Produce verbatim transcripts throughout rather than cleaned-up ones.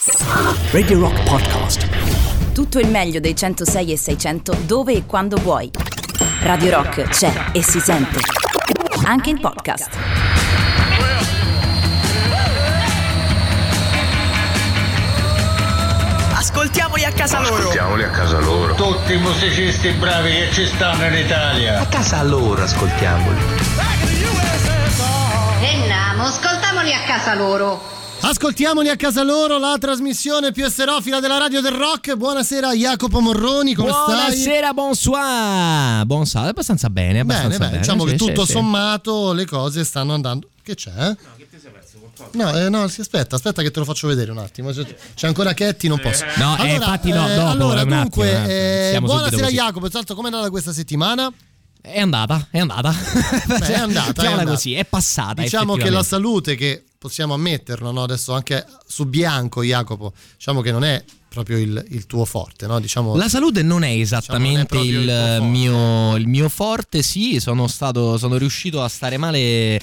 Radio Rock Podcast. Tutto il meglio dei centosei e seicento dove e quando vuoi. Radio Rock c'è e si sente anche in podcast. Ascoltiamoli a casa loro. Ascoltiamoli a casa loro. Tutti i musicisti bravi che ci stanno in Italia. A casa loro ascoltiamoli. E namo, ascoltiamoli a casa loro. Ascoltiamoli a casa loro, la trasmissione più esterofila della radio del rock. Buonasera Jacopo Morroni, come Buonasera, stai? Buonasera, bonsoir. Bonsoir, abbastanza bene, abbastanza bene, bene. beh, diciamo sì, che tutto sì, sommato sì. Le cose stanno andando. Che c'è? No, che ti sei perso qualcosa? No, eh, no, si aspetta, aspetta che te lo faccio vedere un attimo. C'è ancora Chetti, non posso. No, allora, eh, infatti no, dopo. Eh, allora, dunque, attimo, eh, buonasera così. Jacopo, tanto com'è andata questa settimana? È andata, è andata. Beh, è andata, è andata. Così, è passata. Diciamo che la salute, che possiamo ammetterlo, no? Adesso anche su bianco, Jacopo, diciamo che non è proprio il, il tuo forte, no? Diciamo, la salute non è esattamente diciamo, non è il, il, mio, il mio forte. Sì, sono stato sono riuscito a stare male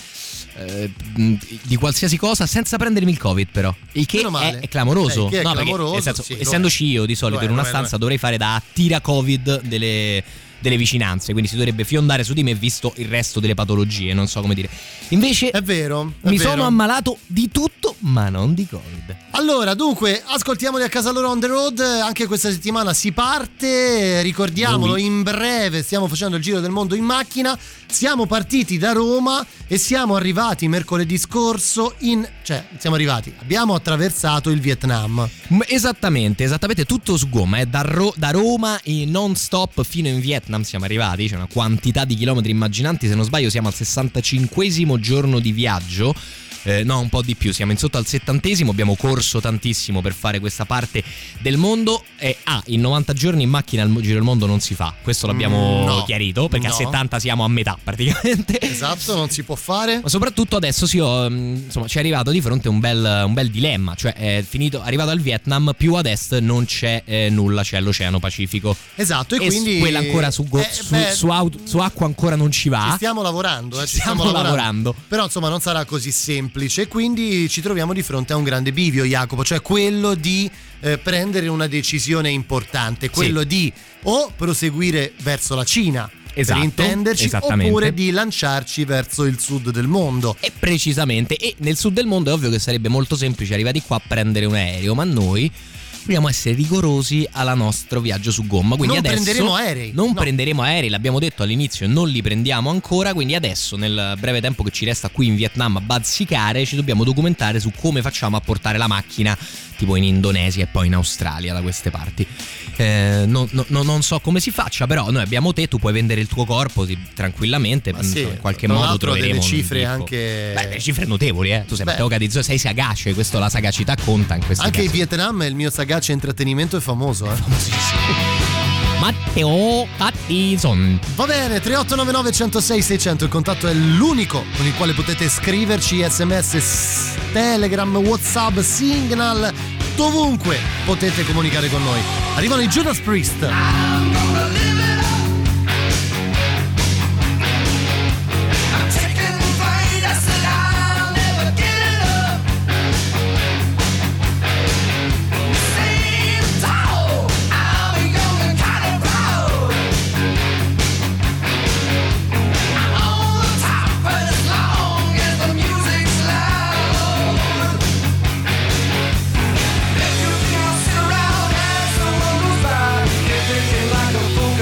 eh, di qualsiasi cosa senza prendermi il Covid, però il che è, è clamoroso. Eh, che è no, clamoroso, perché, nel senso, sì, essendoci io di solito è, in una è, stanza è. dovrei fare da tira Covid delle delle vicinanze, quindi si dovrebbe fiondare su di me visto il resto delle patologie, non so come dire. Invece è vero, è mi vero. sono ammalato di tutto, ma non di Covid. Allora, dunque, ascoltiamoli a casa loro on the road. Anche questa settimana si parte, ricordiamolo, Lui. in breve stiamo facendo il giro del mondo in macchina. Siamo partiti da Roma e siamo arrivati mercoledì scorso in... cioè, siamo arrivati, abbiamo attraversato il Vietnam. Esattamente, esattamente, tutto su gomma, eh. da, Ro- da Roma in non stop fino in Vietnam siamo arrivati, c'è una quantità di chilometri immaginanti, se non sbaglio siamo al sessantacinquesimo giorno di viaggio. Eh, no, un po' di più, siamo in sotto al settantesimo, abbiamo corso tantissimo per fare questa parte del mondo e ah, in novanta giorni in macchina il giro del mondo non si fa, questo l'abbiamo mm, no, chiarito, perché no. a settanta siamo a metà praticamente. Esatto, non si può fare. Ma soprattutto adesso sì, ho, insomma, ci è arrivato di fronte un bel, un bel dilemma, cioè è finito, arrivato al Vietnam, più ad est non c'è eh, nulla, c'è l'Oceano Pacifico. Esatto, e, e quindi quella ancora su, go- eh, su, beh, su, auto, su acqua ancora non ci va. Ci stiamo lavorando, eh, ci ci stiamo, stiamo lavorando. lavorando. Però insomma non sarà così semplice, quindi ci troviamo di fronte a un grande bivio, Jacopo, cioè quello di eh, prendere una decisione importante, quello sì. di o proseguire verso la Cina, esatto, per intenderci, oppure di lanciarci verso il sud del mondo. E precisamente, e nel sud del mondo è ovvio che sarebbe molto semplice arrivati qua a prendere un aereo, ma noi dobbiamo essere rigorosi al nostro viaggio su gomma, quindi non adesso prenderemo aerei non no. prenderemo aerei, l'abbiamo detto all'inizio, non li prendiamo ancora, quindi adesso nel breve tempo che ci resta qui in Vietnam a bazzicare ci dobbiamo documentare su come facciamo a portare la macchina tipo in Indonesia e poi in Australia, da queste parti. Eh, no, no, non so come si faccia, però noi abbiamo te, tu puoi vendere il tuo corpo sì, tranquillamente, sì, in qualche tra modo troveremo delle cifre un anche beh, delle cifre notevoli, eh. Tu sei Beh. Matteo Catizzo, sei sagace, questo la sagacità conta in questo anche caso. il Vietnam, il mio sagace intrattenimento è famoso, eh. Matteo Catizon. Va bene, tre otto nove nove uno zero sei sei zero zero, il contatto è l'unico con il quale potete scriverci, sms, telegram, whatsapp, signal, dovunque potete comunicare con noi. Arrivano i Judas Priest. Like a fool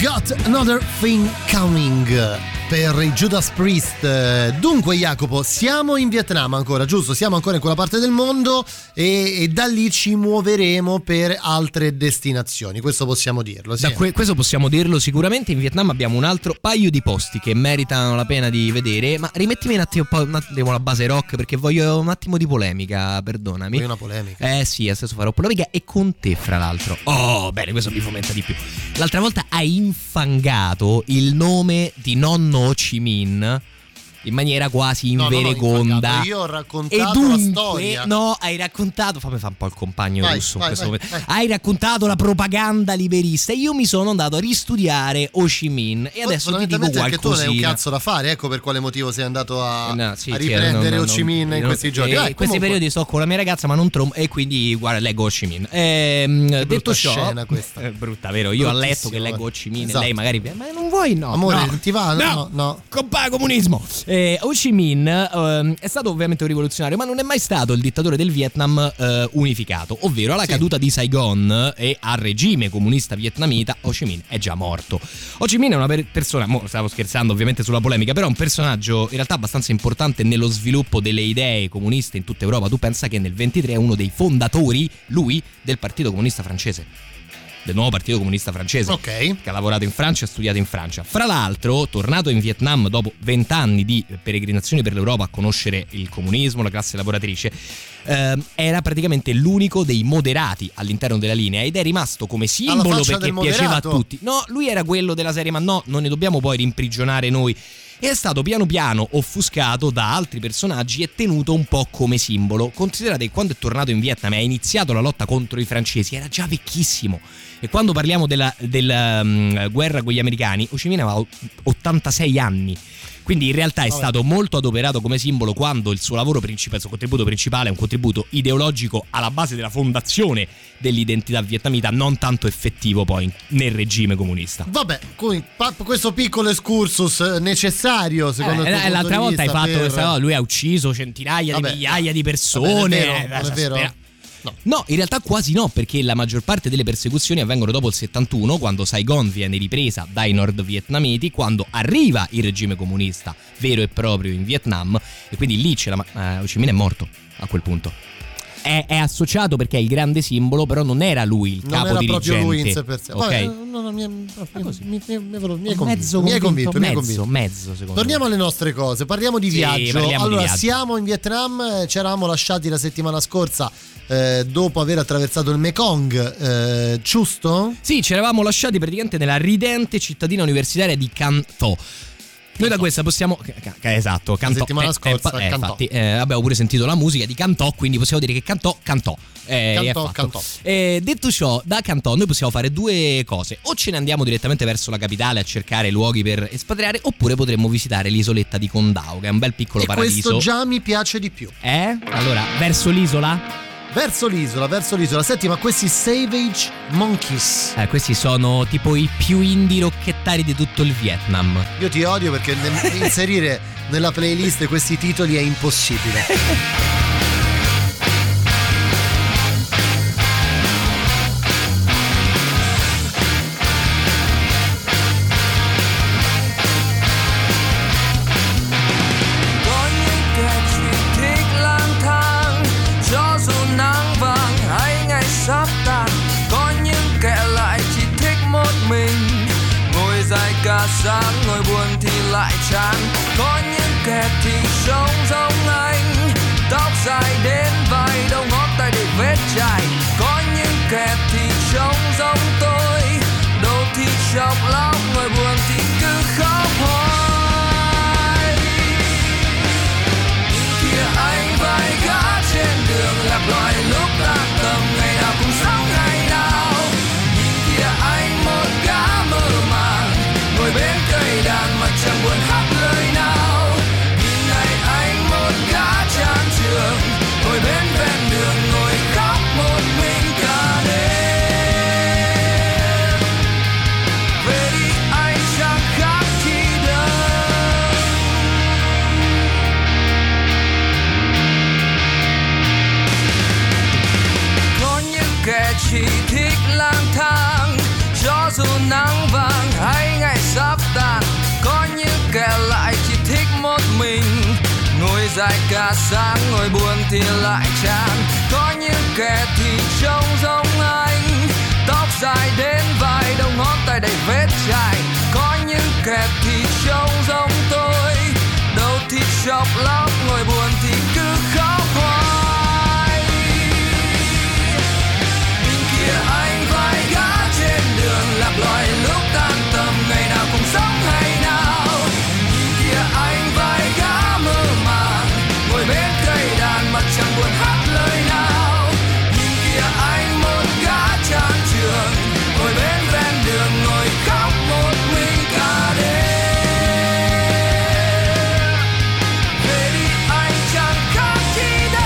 Got Another Thing Coming per i Judas Priest. Dunque Jacopo, siamo in Vietnam ancora, giusto? Siamo ancora in quella parte del mondo e, e da lì ci muoveremo per altre destinazioni, questo possiamo dirlo, sì. Da que- questo possiamo dirlo sicuramente. In Vietnam abbiamo un altro paio di posti che meritano la pena di vedere, ma rimettimi un attimo, un attimo la base rock perché voglio un attimo di polemica, perdonami. Vuoi una polemica? Eh sì, adesso farò polemica e con te fra l'altro. Oh, bene, questo mi fomenta di più. L'altra volta hai infangato il nome di nonno Ho Chi Minh in maniera quasi invereconda. No, io ho raccontato e dunque, la storia. No, hai raccontato, fammi fare un po' il compagno vai, russo vai, in questo vai, momento. vai. Hai raccontato la propaganda liberista e io mi sono andato a ristudiare Ho Chi Minh e adesso ti dico qualcosina. Anche tu hai un cazzo da fare, ecco per quale motivo sei andato a, no, sì, a riprendere no, Ho Chi Minh no, in no, questi giorni. Eh, Vai, in questi comunque. periodi sto con la mia ragazza ma non trom e quindi guarda, leggo Ho Chi Minh. Ehm, Che detto ciò, scena questa. È brutta, vero? Io a letto che leggo Ho Chi Minh esatto. e lei magari ma non vuoi no. Amore, no, ti va? No, no, no. Compa comunismo. Eh, Ho Chi Minh ehm, è stato ovviamente un rivoluzionario, ma non è mai stato il dittatore del Vietnam eh, unificato, ovvero alla sì. caduta di Saigon e al regime comunista vietnamita. Ho Chi Minh è già morto. Ho Chi Minh è una per- persona, mo stavo scherzando ovviamente sulla polemica, però è un personaggio in realtà abbastanza importante nello sviluppo delle idee comuniste in tutta Europa. Tu pensa che nel ventitré è uno dei fondatori, lui, del Partito Comunista Francese, del nuovo Partito Comunista Francese, ok, che ha lavorato in Francia e ha studiato in Francia. Fra l'altro, tornato in Vietnam dopo vent'anni di peregrinazioni per l'Europa a conoscere il comunismo, la classe lavoratrice, eh, era praticamente l'unico dei moderati all'interno della linea ed è rimasto come simbolo perché piaceva a tutti. No, lui era quello della serie, ma no, non ne dobbiamo poi rimprigionare noi. E è stato piano piano offuscato da altri personaggi e tenuto un po' come simbolo. Considerate che quando è tornato in Vietnam e ha iniziato la lotta contro i francesi era già vecchissimo. E quando parliamo della, della um, guerra con gli americani, Ho Chi Minh aveva ottantasei anni. Quindi in realtà è Vabbè. stato molto adoperato come simbolo quando il suo lavoro principale, il suo contributo principale è un contributo ideologico alla base della fondazione dell'identità vietnamita, non tanto effettivo poi nel regime comunista. Vabbè, questo piccolo excursus necessario secondo eh, il tuo l'altra punto di volta hai vista fatto per... questa cosa, lui ha ucciso centinaia Vabbè, di migliaia di persone. Vabbè, non è vero, eh, non è vero? No. no, in realtà quasi no, perché la maggior parte delle persecuzioni avvengono dopo il settantuno, quando Saigon viene ripresa dai nordvietnamiti, quando arriva il regime comunista vero e proprio in Vietnam, e quindi lì c'è la... Eh, Ho Chi Minh è morto a quel punto. È, è associato perché è il grande simbolo, però non era lui il non capo era dirigente. proprio lui in sé per sé. Okay. Vabbè, no, no, mi, mi, mi, mi, mi, mi è convinto, mezzo mi è convinto, convinto, mi è mezzo, convinto. mezzo secondo Torniamo me. alle nostre cose, parliamo di Sì, viaggio. parliamo allora, di viaggio. siamo in Vietnam, ci eravamo lasciati la settimana scorsa eh, dopo aver attraversato il Mekong, eh, giusto? Sì, ci eravamo lasciati praticamente nella ridente cittadina universitaria di Can Tho. Noi da questa possiamo ca- ca- esatto, Can Tho. La settimana eh, scorsa eh, Can Tho. infatti eh, abbiamo pure sentito la musica di Can Tho, quindi possiamo dire che Can Tho, Can Tho. Eh, Can è Tho, fatto. Can Tho. Eh, detto ciò, da Can Tho noi possiamo fare due cose: o ce ne andiamo direttamente verso la capitale a cercare luoghi per espatriare, oppure potremmo visitare l'isoletta di Con Dao, che è un bel piccolo E paradiso. questo già mi piace di più. Eh? Allora, verso l'isola? Verso l'isola, verso l'isola. Senti, ma questi Savage Monkeys, Eh, questi sono tipo i più indie rocchettari di tutto il Vietnam. io ti odio perché ne- inserire nella playlist questi titoli è impossibile. Có những kẻ chỉ thích lang thang cho dù nắng vàng hay ngày sắp tàn, có những kẻ lại chỉ thích một mình ngồi dài cả sáng, ngồi buồn thì lại chán. Có những kẻ thì sống giống anh, tóc dài đến vai, đầu ngón tay để vết chai. Có những kẻ thì sống giống tôi, đầu thì chọc lóc, ngồi buồn thì cứ khóc hoài. Kìa anh vai gã trên đường lạc loài, lúc tan tầm ngày nào cũng sống ngày nào. Nhìn kìa anh một gã mơ màng, ngồi bên cây đàn mà chẳng buồn hát lời nào. Nhìn ngày anh một gã chán trường, ngồi bên ven đường ngồi khóc một mình cả đêm. Về đi anh chẳng khác chi đâu. Có những kẻ chỉ thích lang thang cho dù nắng vàng hay ngày sắp tàn, có những kẻ lại chỉ thích một mình. Ngồi dài cả sáng, ngồi buồn thì lại chán. Có những kẻ thì trông giống anh, tóc dài đến vai, đầu ngón tay đầy vết chai. Có những kẻ thì trông giống tôi, đầu thì chọc lóc, ngồi buồn thì cứ khóc hoài. Bên kia anh vai gã trên đường, lạc loài lúc tan tầm, ngày nào cũng sống hay nào. Nhìn kia anh vai gã mơ màng, ngồi bên cây đàn mà chẳng buồn hát lời nào. Nhìn kia anh một gã chán trường, ngồi bên ven đường ngồi khóc một mình cả đêm. Về đi anh chẳng khác chi đâu.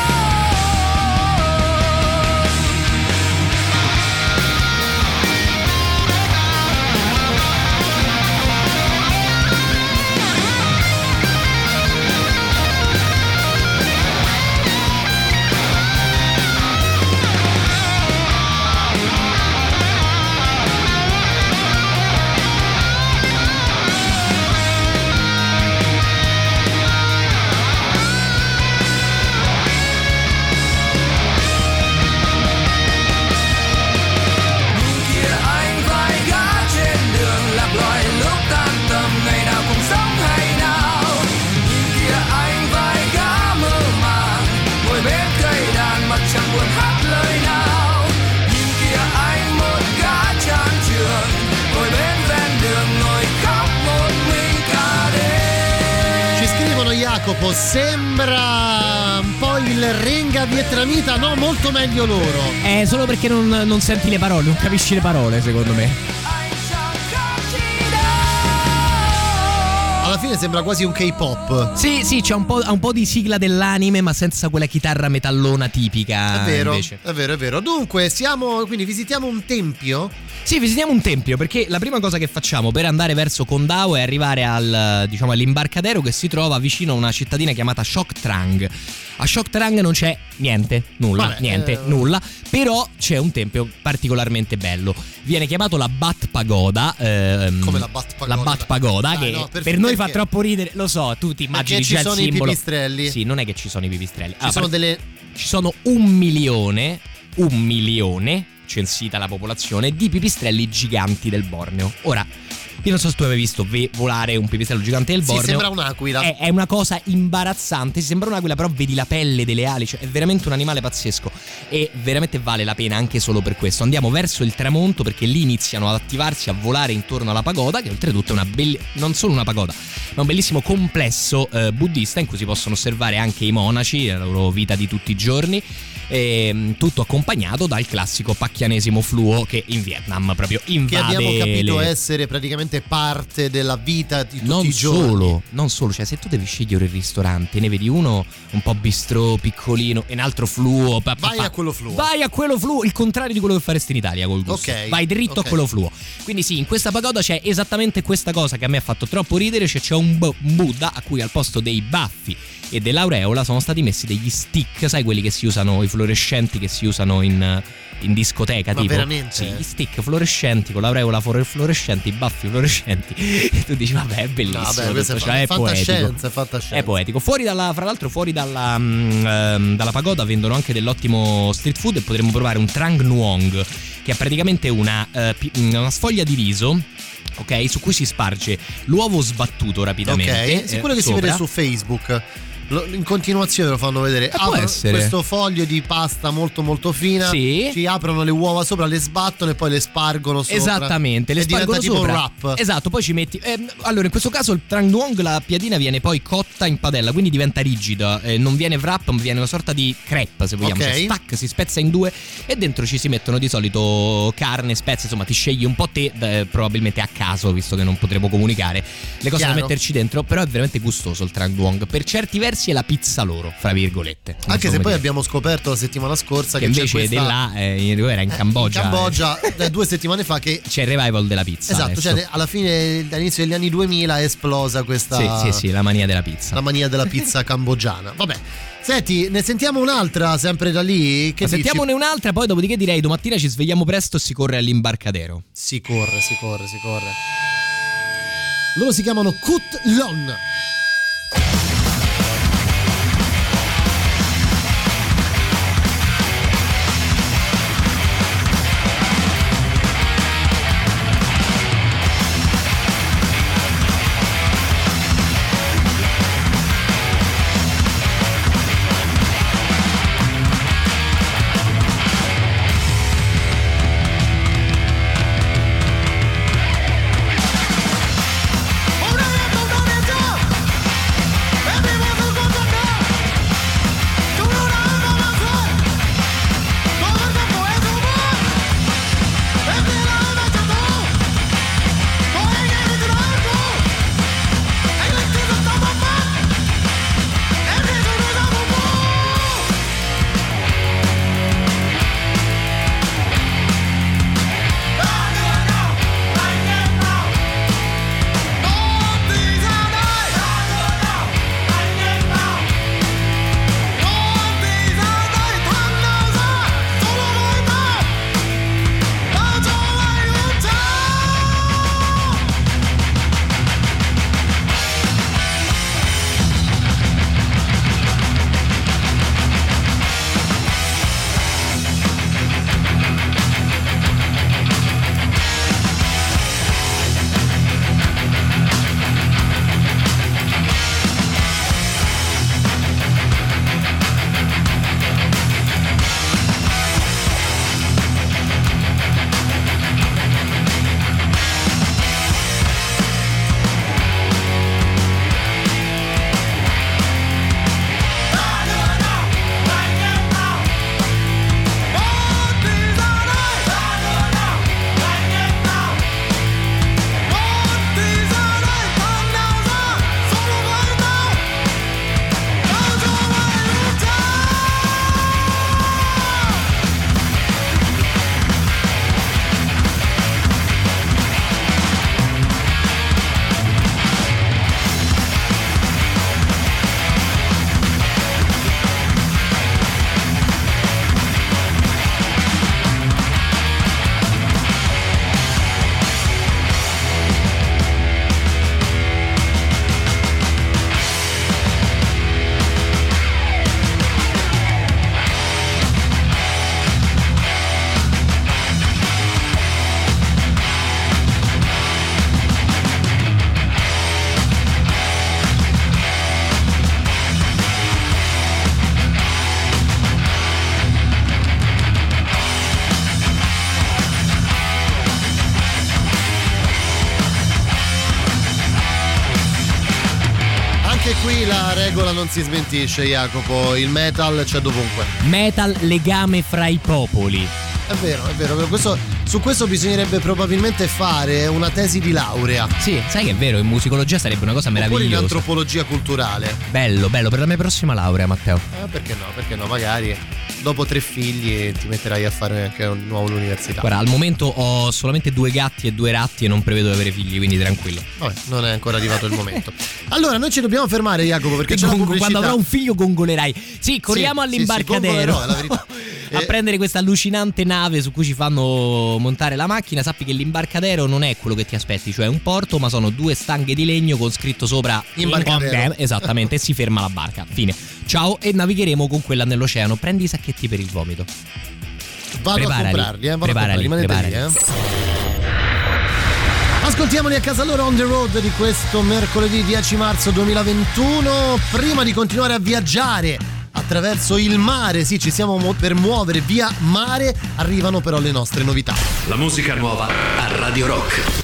Jacopo, sembra un po' il Renga vietnamita, no? Molto meglio loro. È solo perché non, non senti le parole, non capisci le parole, secondo me. Alla fine sembra quasi un K-pop. Sì, sì, c'è un po', un po' di sigla dell'anime, ma senza quella chitarra metallona tipica. È vero, invece. è vero, è vero. Dunque, siamo, quindi visitiamo un tempio? Sì, visitiamo un tempio, perché la prima cosa che facciamo per andare verso Qingdao è arrivare al, diciamo, all'imbarcadero che si trova vicino a una cittadina chiamata Sok Trang. A Sok Trang non c'è niente, nulla, Vabbè, niente, eh... nulla. Però c'è un tempio particolarmente bello. Viene chiamato la Bat Pagoda. Ehm, Come la Bat Pagoda? La Bat Pagoda, ah, che no, per, per noi perché? fa troppo ridere. Lo so, tu ti immagini perché già ci sono il simbolo. i pipistrelli? Sì, non è che ci sono i pipistrelli. Ci ah, sono part- delle... Ci sono un milione, un milione, censita la popolazione, di pipistrelli giganti del Borneo. Ora, io non so se tu avevi visto ve- volare un pipistrello gigante del Borneo. Sì, sembra un'aquila. È, è una cosa imbarazzante, sembra un'aquila, però vedi la pelle delle ali, cioè è veramente un animale pazzesco e veramente vale la pena anche solo per questo. Andiamo verso il tramonto perché lì iniziano ad attivarsi, a volare intorno alla pagoda, che oltretutto è una bella, non solo una pagoda, ma un bellissimo complesso eh, buddista in cui si possono osservare anche i monaci, la loro vita di tutti i giorni. E, tutto accompagnato dal classico pacchianesimo fluo che in Vietnam proprio invade, che abbiamo capito le... essere praticamente parte della vita di tutti non i giorni. Solo, non solo, cioè se tu devi scegliere il ristorante, ne vedi uno un po' bistrò, piccolino e un altro fluo, pa, pa, vai pa. a quello fluo. Vai a quello fluo, il contrario di quello che faresti in Italia col gusto. Ok, vai dritto okay. a quello fluo. Quindi sì, in questa pagoda c'è esattamente questa cosa che a me ha fatto troppo ridere, cioè c'è un, bu- un Buddha a cui al posto dei baffi e dell'aureola sono stati messi degli stick, sai quelli che si usano, i fluorescenti che si usano in, in discoteca. Ma tipo veramente? sì, gli stick fluorescenti con l'aureola fluorescenti, i baffi fluorescenti e tu dici vabbè è bellissimo, no, vabbè, tutto, è cioè, è fantascienza, è poetico, fantascienza. è poetico. Fuori dalla, fra l'altro fuori dalla, um, dalla pagoda vendono anche dell'ottimo street food e potremmo provare un Trang Nuong, che è praticamente una, uh, pi- una sfoglia di riso, ok, su cui si sparge l'uovo sbattuto rapidamente. Ok, sicuro eh, che sopra. si vede su Facebook. Lo, in continuazione lo fanno vedere. Eh, può Aprono essere. questo foglio di pasta molto molto fina. Sì. Ci aprono le uova sopra, le sbattono e poi le spargono sopra. Esattamente, le e spargono diventa sopra. tipo un wrap. Esatto, poi ci metti eh, allora in questo caso il Trang Nuong, la piadina viene poi cotta in padella, quindi diventa rigida, eh, non viene wrap, ma viene una sorta di crepe, se vogliamo, Ok. cioè stack, si spezza in due e dentro ci si mettono di solito carne, spezie, insomma ti scegli un po' te, eh, probabilmente a caso, visto che non potremo comunicare le cose Chiaro. da metterci dentro, però è veramente gustoso il Trang Nuong. Per certi versi diversi e la pizza loro, fra virgolette. Anche se poi dire. abbiamo scoperto la settimana scorsa che, che invece c'è questa... di là eh, era in Cambogia. In Cambogia eh. due settimane fa che c'è il revival della pizza. Esatto, adesso. cioè alla fine, all'inizio degli anni duemila è esplosa questa... Sì, sì, sì, la mania della pizza. La mania della pizza cambogiana. Vabbè. Senti, ne sentiamo un'altra sempre da lì? Che sentiamone un'altra, poi dopodiché direi domattina ci svegliamo presto e si corre all'imbarcadero. Si corre, si corre, si corre. Loro si chiamano Kut Lon. qui la regola non si smentisce, Jacopo, il metal c'è dovunque. Metal, legame fra i popoli. È vero, è vero, questo, su questo bisognerebbe probabilmente fare una tesi di laurea. Sì, sai che è vero, in musicologia sarebbe una cosa meravigliosa. Oppure in antropologia culturale. Bello, bello, per la mia prossima laurea, Matteo. Eh, perché no, perché no, magari dopo tre figli ti metterai a fare anche un nuovo all'università. Guarda, al momento ho solamente due gatti e due ratti e non prevedo di avere figli, quindi tranquillo. Vabbè, non è ancora arrivato il momento. Allora, noi ci dobbiamo fermare, Jacopo, perché c'è Gongo, la pubblicità. quando avrò un figlio gongolerai. Sì, corriamo sì, all'imbarcadero. Sì, sì, è la verità. A prendere questa allucinante nave su cui ci fanno montare la macchina. Sappi che l'imbarcadero non è quello che ti aspetti, cioè un porto, ma sono due stanghe di legno con scritto sopra imbarcadero. Esattamente, e si ferma la barca. Fine. Ciao, e navigheremo con quella nell'oceano. Prendi i sacchetti per il vomito. Vado preparali, a comprarli, eh. Vado preparali, a comprarli, preparali. lì, eh. Ascoltiamoli a casa loro on the road di questo mercoledì dieci marzo duemilaventuno. Prima di continuare a viaggiare attraverso il mare, sì, ci siamo per muovere via mare, arrivano però le nostre novità. La musica nuova a Radio Rock.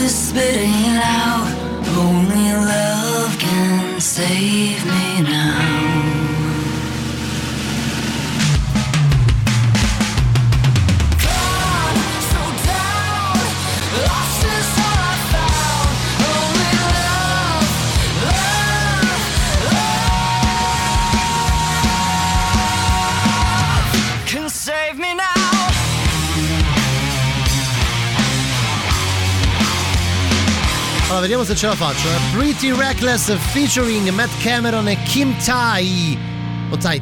is spitting out. Only love can save me now. Allora, vediamo se ce la faccio. eh. Pretty Reckless featuring Matt Cameron e Kim Tai. O Tai,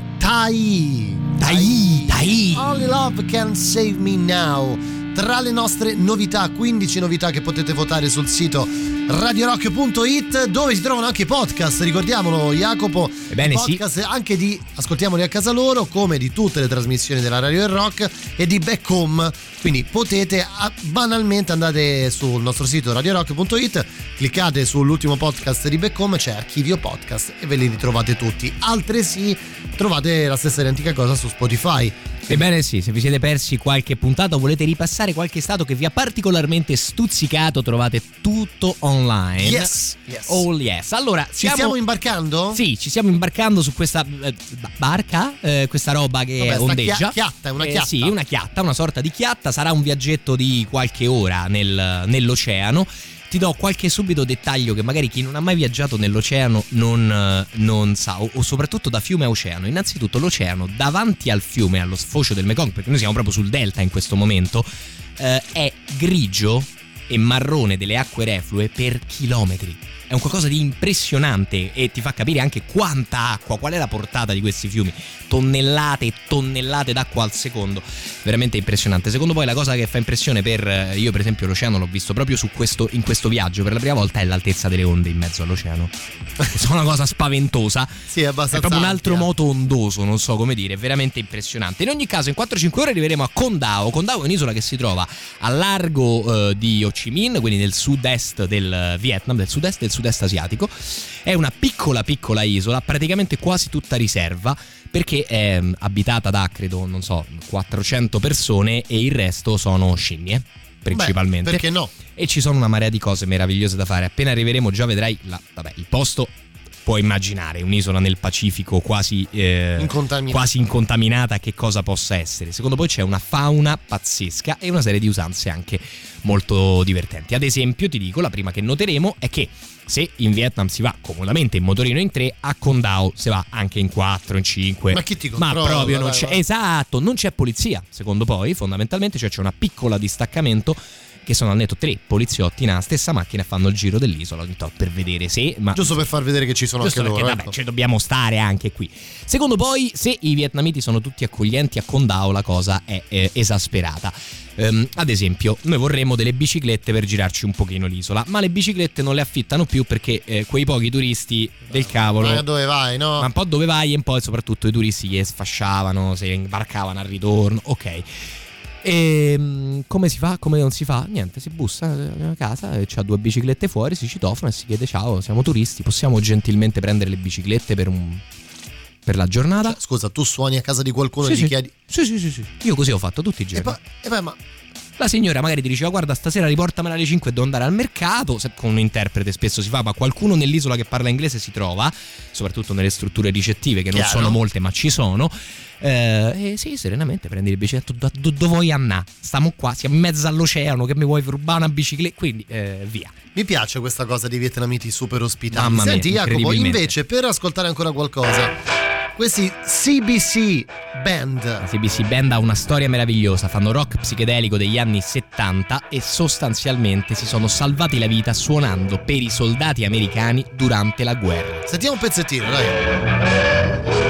Tai. Tai, Tai. Only Love Can Save Me Now. Tra le nostre novità, quindici novità che potete votare sul sito radio rock punto it, dove si trovano anche i podcast, ricordiamolo Jacopo. Ebbene podcast sì. Anche di Ascoltiamoli a casa loro, come di tutte le trasmissioni della Radio del Rock e di Back Home. Quindi potete banalmente andate sul nostro sito radio rock punto it, cliccate sull'ultimo podcast di Back Home, c'è archivio podcast e ve li ritrovate tutti. Altresì trovate la stessa identica cosa su Spotify. Ebbene sì, se vi siete persi qualche puntata o volete ripassare qualche stato che vi ha particolarmente stuzzicato, trovate tutto online. Yes, yes. Oh yes. Allora, ci siamo... stiamo imbarcando? Sì, ci stiamo imbarcando su questa eh, barca, eh, questa roba che Vabbè, ondeggia. Chia- chiatta, è una eh, chiatta. Sì, una chiatta, una sorta di chiatta. Sarà un viaggetto di qualche ora nel, nell'oceano. Ti do qualche subito dettaglio che magari chi non ha mai viaggiato nell'oceano non, non sa, o, o soprattutto da fiume a oceano. Innanzitutto l'oceano davanti al fiume, allo sfocio del Mekong, perché noi siamo proprio sul delta in questo momento, eh, è grigio e marrone delle acque reflue per chilometri. È un qualcosa di impressionante e ti fa capire anche quanta acqua, qual è la portata di questi fiumi. Tonnellate e tonnellate d'acqua al secondo. Veramente impressionante. Secondo voi la cosa che fa impressione per... Io per esempio l'oceano l'ho visto proprio su questo, in questo viaggio per la prima volta, è l'altezza delle onde in mezzo all'oceano. È una cosa spaventosa. Sì, è abbastanza. È proprio un altro ampia. moto ondoso, non so come dire, è veramente impressionante. In ogni caso in quattro cinque ore arriveremo a Con Dao. Con Dao è un'isola che si trova a largo eh, di Ho Chi Minh, quindi nel sud-est del Vietnam, del sud-est del sud-est asiatico. È una piccola piccola isola, praticamente quasi tutta riserva, perché è abitata da, credo, non so, quattrocento persone e il resto sono scimmie, principalmente. Beh, perché no? E ci sono una marea di cose meravigliose da fare. Appena arriveremo già vedrai la, vabbè, il posto. Puoi immaginare un'isola nel Pacifico quasi, eh, incontaminata. quasi incontaminata, che cosa possa essere. Secondo poi c'è una fauna pazzesca e una serie di usanze anche molto divertenti. Ad esempio, ti dico, la prima che noteremo è che se in Vietnam si va comodamente in motorino in tre, a Con Dao si va anche in quattro, in cinque. Ma chi ti controlla? Ma proprio non vai, c'è. vai. Esatto, non c'è polizia. Secondo poi, fondamentalmente, cioè c'è una piccola distaccamento che sono al netto tre poliziotti nella stessa macchina e fanno il giro dell'isola ogni tanto per vedere se... Ma giusto per far vedere che ci sono giusto anche perché, loro. vabbè, ecco. ci dobbiamo stare anche qui. Secondo poi, se i vietnamiti sono tutti accoglienti a Con Dao, la cosa è eh, esasperata. Um, ad esempio, noi vorremmo delle biciclette per girarci un pochino l'isola, ma le biciclette non le affittano più perché eh, quei pochi turisti del cavolo... Ma dove vai, no? Ma un po' dove vai e un po' soprattutto i turisti che sfasciavano, se imbarcavano al ritorno, ok. E come si fa? Come non si fa? Niente, si bussa a casa e c'ha due biciclette fuori, si citofona e si chiede: ciao, siamo turisti, possiamo gentilmente prendere le biciclette per un per la giornata? Cioè, scusa, tu suoni a casa di qualcuno sì, e gli sì. chiedi? Sì, sì, sì, sì. Io così ho fatto tutti i giorni. E poi, e poi ma la signora magari ti diceva: guarda, stasera riportamela alle cinque, devo andare al mercato. Se, con un interprete spesso si fa, ma qualcuno nell'isola che parla inglese si trova, soprattutto nelle strutture ricettive, che non Chiaro. sono molte ma ci sono. Eh, e sì, serenamente prendi le biciclette. Dove do, do vuoi andare? Stiamo qua, siamo in mezzo all'oceano, che mi vuoi rubare una bicicletta? Quindi eh, via. mi piace questa cosa dei vietnamiti super ospitali. Mamma mia, Senti Jacopo, incredibilmente. invece per ascoltare ancora qualcosa, questi C B C Band. La C B C Band ha una storia meravigliosa, fanno rock psichedelico degli anni settanta e sostanzialmente si sono salvati la vita suonando per i soldati americani durante la guerra. Sentiamo un pezzettino, dai.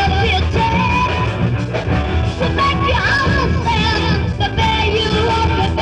To make you understand that there you walk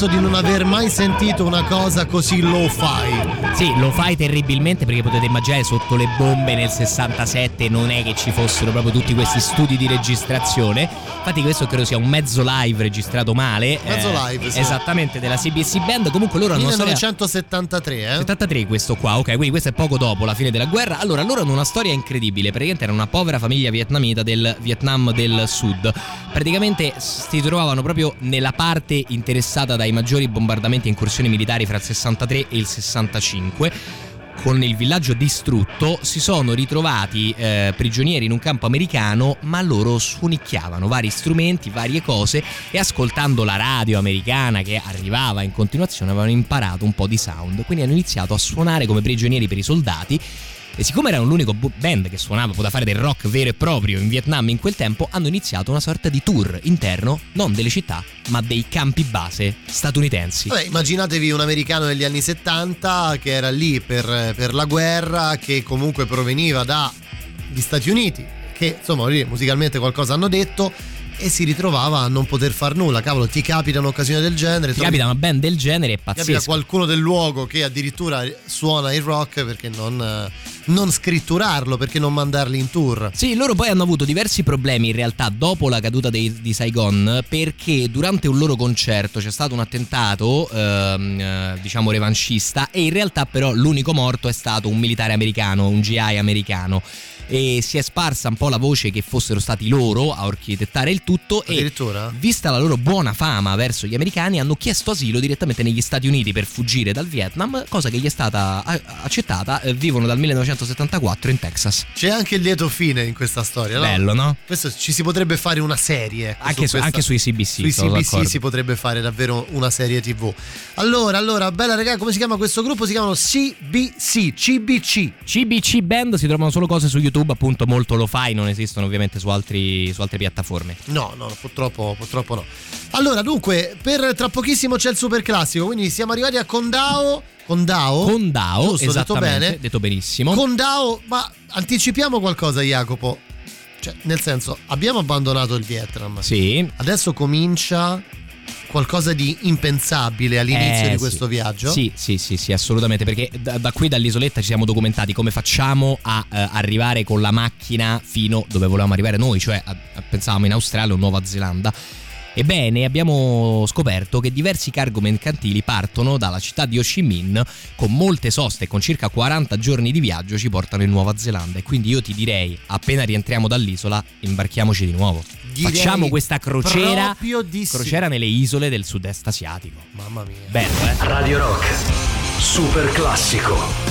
penso di non aver mai sentito una cosa così lo-fi. Sì, lo fai terribilmente, perché potete immaginare sotto le bombe nel sessantasette non è che ci fossero proprio tutti questi studi di registrazione. Infatti questo credo sia un mezzo live registrato male. Mezzo eh, live, sì. Esattamente, della C B S Band. Comunque loro hanno una storia... millenovecentosettantatré, eh? settantatré questo qua, ok, quindi questo è poco dopo la fine della guerra. Allora, loro hanno una storia incredibile. Praticamente era una povera famiglia vietnamita del Vietnam del Sud. Praticamente si trovavano proprio nella parte interessata dai maggiori bombardamenti e incursioni militari fra il sessantatré e il sessantacinque. Con il villaggio distrutto si sono ritrovati eh, prigionieri in un campo americano, ma loro suonicchiavano vari strumenti, varie cose, e ascoltando la radio americana che arrivava in continuazione avevano imparato un po' di sound. Quindi hanno iniziato a suonare come prigionieri per i soldati. E siccome erano l'unico band che suonava, poteva fare del rock vero e proprio in Vietnam in quel tempo, hanno iniziato una sorta di tour interno, non delle città, ma dei campi base statunitensi. Vabbè, immaginatevi un americano degli anni settanta che era lì per, per la guerra, che comunque proveniva dagli Stati Uniti, che insomma lì musicalmente qualcosa hanno detto, e si ritrovava a non poter far nulla. Cavolo, ti capita un'occasione del genere, ti capita una band del genere, è pazzesco. Capita qualcuno del luogo che addirittura suona il rock, perché non, non scritturarlo, perché non mandarli in tour. Sì, loro poi hanno avuto diversi problemi in realtà dopo la caduta dei, di Saigon, perché durante un loro concerto c'è stato un attentato ehm, diciamo revanchista, e in realtà però l'unico morto è stato un militare americano, un G I americano. E si è sparsa un po' la voce che fossero stati loro a architettare il tutto, e vista la loro buona fama verso gli americani hanno chiesto asilo direttamente negli Stati Uniti per fuggire dal Vietnam, cosa che gli è stata accettata. Vivono dal millenovecentosettantaquattro in Texas. C'è anche il lieto fine in questa storia, no? Bello, no? Questo ci si potrebbe fare una serie, ecco, anche, su su, anche sui C B C. Sui C B C si potrebbe fare davvero una serie tivù. Allora, allora, bella raga, come si chiama questo gruppo? Si chiamano C B C, C B C. C B C Band, si trovano solo cose su YouTube, appunto molto lo fai, non esistono ovviamente su altri su altre piattaforme. No, no, purtroppo, purtroppo no. Allora, dunque, per tra pochissimo c'è il super classico, quindi siamo arrivati a Condao. Condao? Condao, giusto, esattamente, detto bene. Detto benissimo. Condao, ma anticipiamo qualcosa, Jacopo. Cioè, nel senso, abbiamo abbandonato il Vietnam. Sì. Adesso comincia qualcosa di impensabile all'inizio eh, di questo sì. viaggio. Sì, sì, sì, sì, assolutamente, perché da, da qui dall'isoletta ci siamo documentati come facciamo a eh, arrivare con la macchina fino dove volevamo arrivare noi, cioè a, a, pensavamo in Australia o Nuova Zelanda. Ebbene, abbiamo scoperto che diversi cargo mercantili partono dalla città di Ho Chi Minh con molte soste e con circa quaranta giorni di viaggio ci portano in Nuova Zelanda, e quindi io ti direi, appena rientriamo dall'isola, imbarchiamoci di nuovo. Direi Facciamo questa crociera di crociera sì. nelle isole del sud-est asiatico. Mamma mia. Bello, eh? Radio Rock, super classico.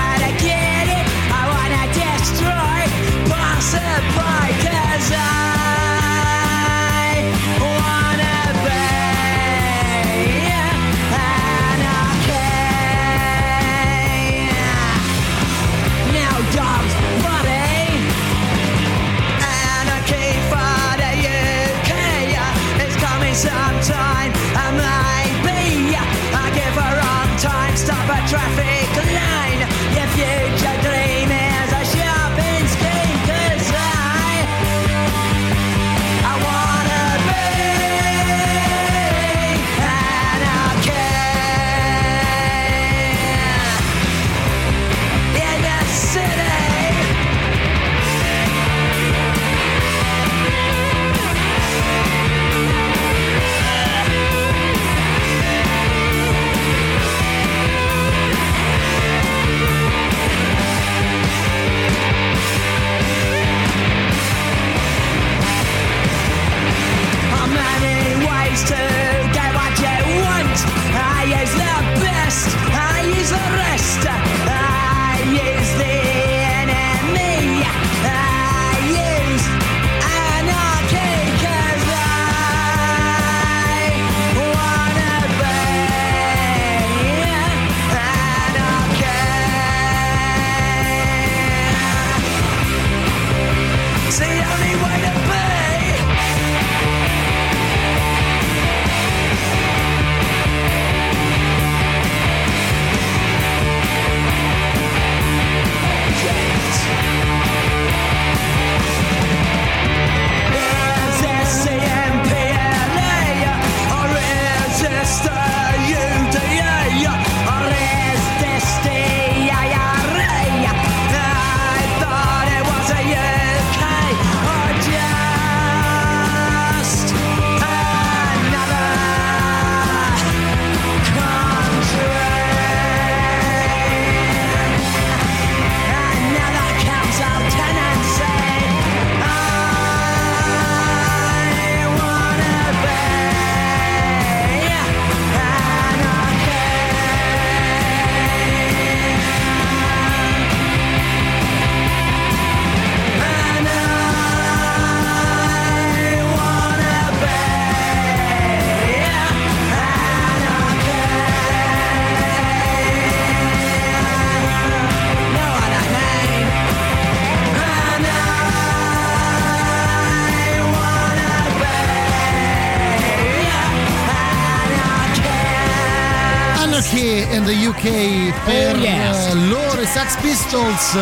Cause I and the U K per Oh, yes. loro i Sex Pistols.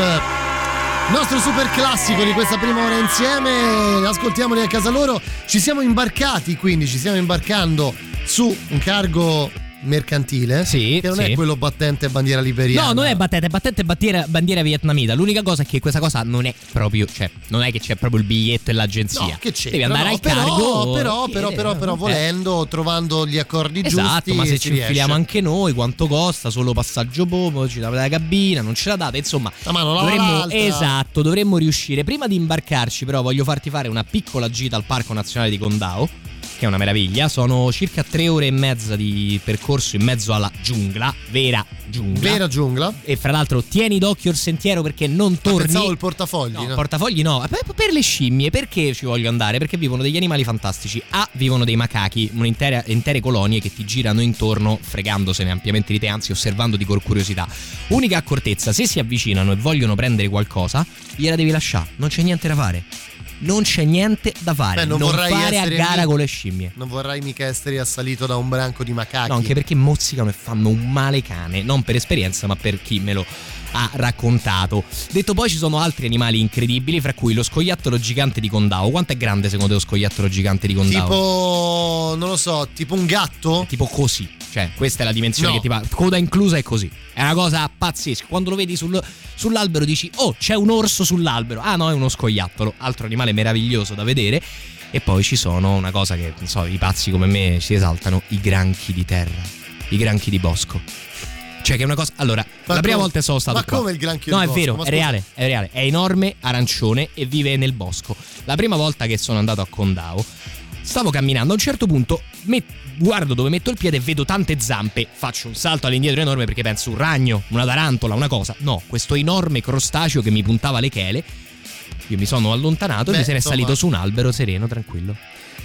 Nostro super classico di questa prima ora insieme, ascoltiamoli a casa loro. Ci siamo imbarcati, quindi ci stiamo imbarcando su un cargo mercantile, sì, che non sì. è quello battente bandiera liberiana. No, non è battente, è battente bandiera, bandiera vietnamita. L'unica cosa è che questa cosa non è proprio, cioè, non è che c'è proprio il biglietto e l'agenzia. No, che c'è? Devi andare no, al però, cargo. Però, chiede, però, però, però, eh. volendo, trovando gli accordi Esatto, giusti. ma se si ci riesce. infiliamo anche noi, quanto costa? Solo passaggio popo, ci date la cabina, non ce la date, insomma. La mano lava dovremmo, l'altra. esatto, dovremmo riuscire. Prima di imbarcarci, però, voglio farti fare una piccola gita al Parco Nazionale di Condao, che è una meraviglia. Sono circa tre ore e mezza di percorso in mezzo alla giungla, vera giungla. Vera giungla. E fra l'altro tieni d'occhio il sentiero perché non torni. Pensavo il portafogli. No, no? portafogli no, per, per le scimmie. Perché ci voglio andare? Perché vivono degli animali fantastici. A, vivono dei macachi, un'intera, intere colonie che ti girano intorno fregandosene ampiamente di te, anzi osservandoti con curiosità. Unica accortezza, se si avvicinano e vogliono prendere qualcosa, gliela devi lasciare, non c'è niente da fare. Non c'è niente da fare. Beh, non, non vorrai fare a essere gara mi- con le scimmie. Non vorrai mica essere assalito da un branco di macachi. No, anche perché mozzicano e fanno un male cane. Non per esperienza, ma per chi me lo ha raccontato. Detto poi, ci sono altri animali incredibili, fra cui lo scoiattolo gigante di Condao. Quanto è grande secondo te lo scoiattolo gigante di Condao? Tipo, non lo so, tipo un gatto? Tipo così. Cioè, questa è la dimensione No. che ti fa. Coda inclusa è così. È una cosa pazzesca. Quando lo vedi sul, sull'albero dici: oh, c'è un orso sull'albero. Ah no, è uno scoiattolo. Altro animale meraviglioso da vedere. E poi ci sono una cosa che, non so, i pazzi come me si esaltano: i granchi di terra, i granchi di bosco. Cioè, che è una cosa. Allora, Ma la prima come- volta sono stato ma qua. come il granchio No, di è bosco? vero, Ma è scusa. reale, è reale. È enorme, arancione e vive nel bosco. La prima volta che sono andato a Condao, stavo camminando, a un certo punto met- guardo dove metto il piede e vedo tante zampe. Faccio un salto all'indietro enorme perché penso un ragno, una tarantola, una cosa. No, questo enorme crostaceo che mi puntava le chele. Io mi sono allontanato Beh, e mi se ne è insomma, salito su un albero sereno, tranquillo.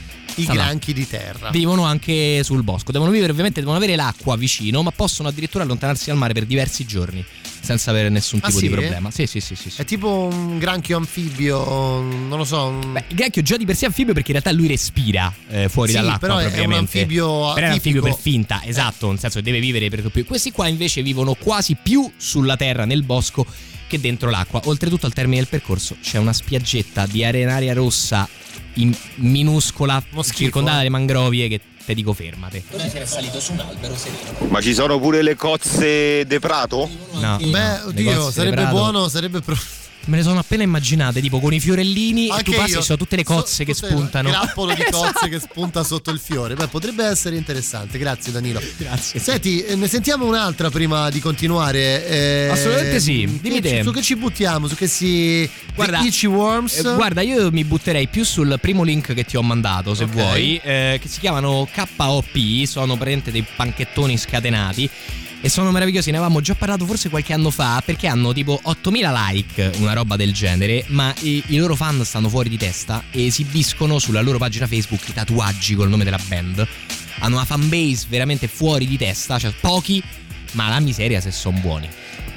I Sta là. granchi di terra. Vivono anche sul bosco, devono vivere, ovviamente devono avere l'acqua vicino, ma possono addirittura allontanarsi dal mare per diversi giorni senza avere nessun Ah, tipo sì? di problema. Sì, sì, sì, sì, sì. È tipo un granchio anfibio, non lo so. Un... Beh, il granchio già di per sé è anfibio perché in realtà lui respira eh, fuori Sì, dall'acqua però è- è un propriamente. anfibio Però è un atipico. anfibio per finta, esatto, nel senso che deve vivere per più. Questi qua invece vivono quasi più sulla terra nel bosco che dentro l'acqua. Oltretutto al termine del percorso c'è una spiaggetta di arenaria rossa in minuscola, Uno schifo, circondata eh. dalle mangrovie, che te dico fermate. Ora si è salito su un albero sereno. Ma ci sono pure le cozze de Prato? No. Beh, no, le oddio, cozze sarebbe di Prato. buono, sarebbe pro... Me le sono appena immaginate, tipo con i fiorellini, e Anche tu passi io. e sono tutte le cozze So- che tutte- spuntano. grappolo di Esatto. cozze che spunta sotto il fiore. Beh, potrebbe essere interessante. Grazie Danilo. Grazie. Senti, eh, ne sentiamo un'altra prima di continuare. Eh, Assolutamente sì, dimmi che- te. Su che ci buttiamo? Su che si... Guarda, The Itchy Worms? Eh, guarda, io mi butterei più sul primo link che ti ho mandato, se Ok. vuoi, eh, che si chiamano K O P, sono praticamente dei panchettoni scatenati. E sono meravigliosi, ne avevamo già parlato forse qualche anno fa, perché hanno tipo ottomila like, una roba del genere, ma i, i loro fan stanno fuori di testa e esibiscono sulla loro pagina Facebook i tatuaggi col nome della band. Hanno una fanbase veramente fuori di testa, cioè pochi, ma la miseria se sono buoni.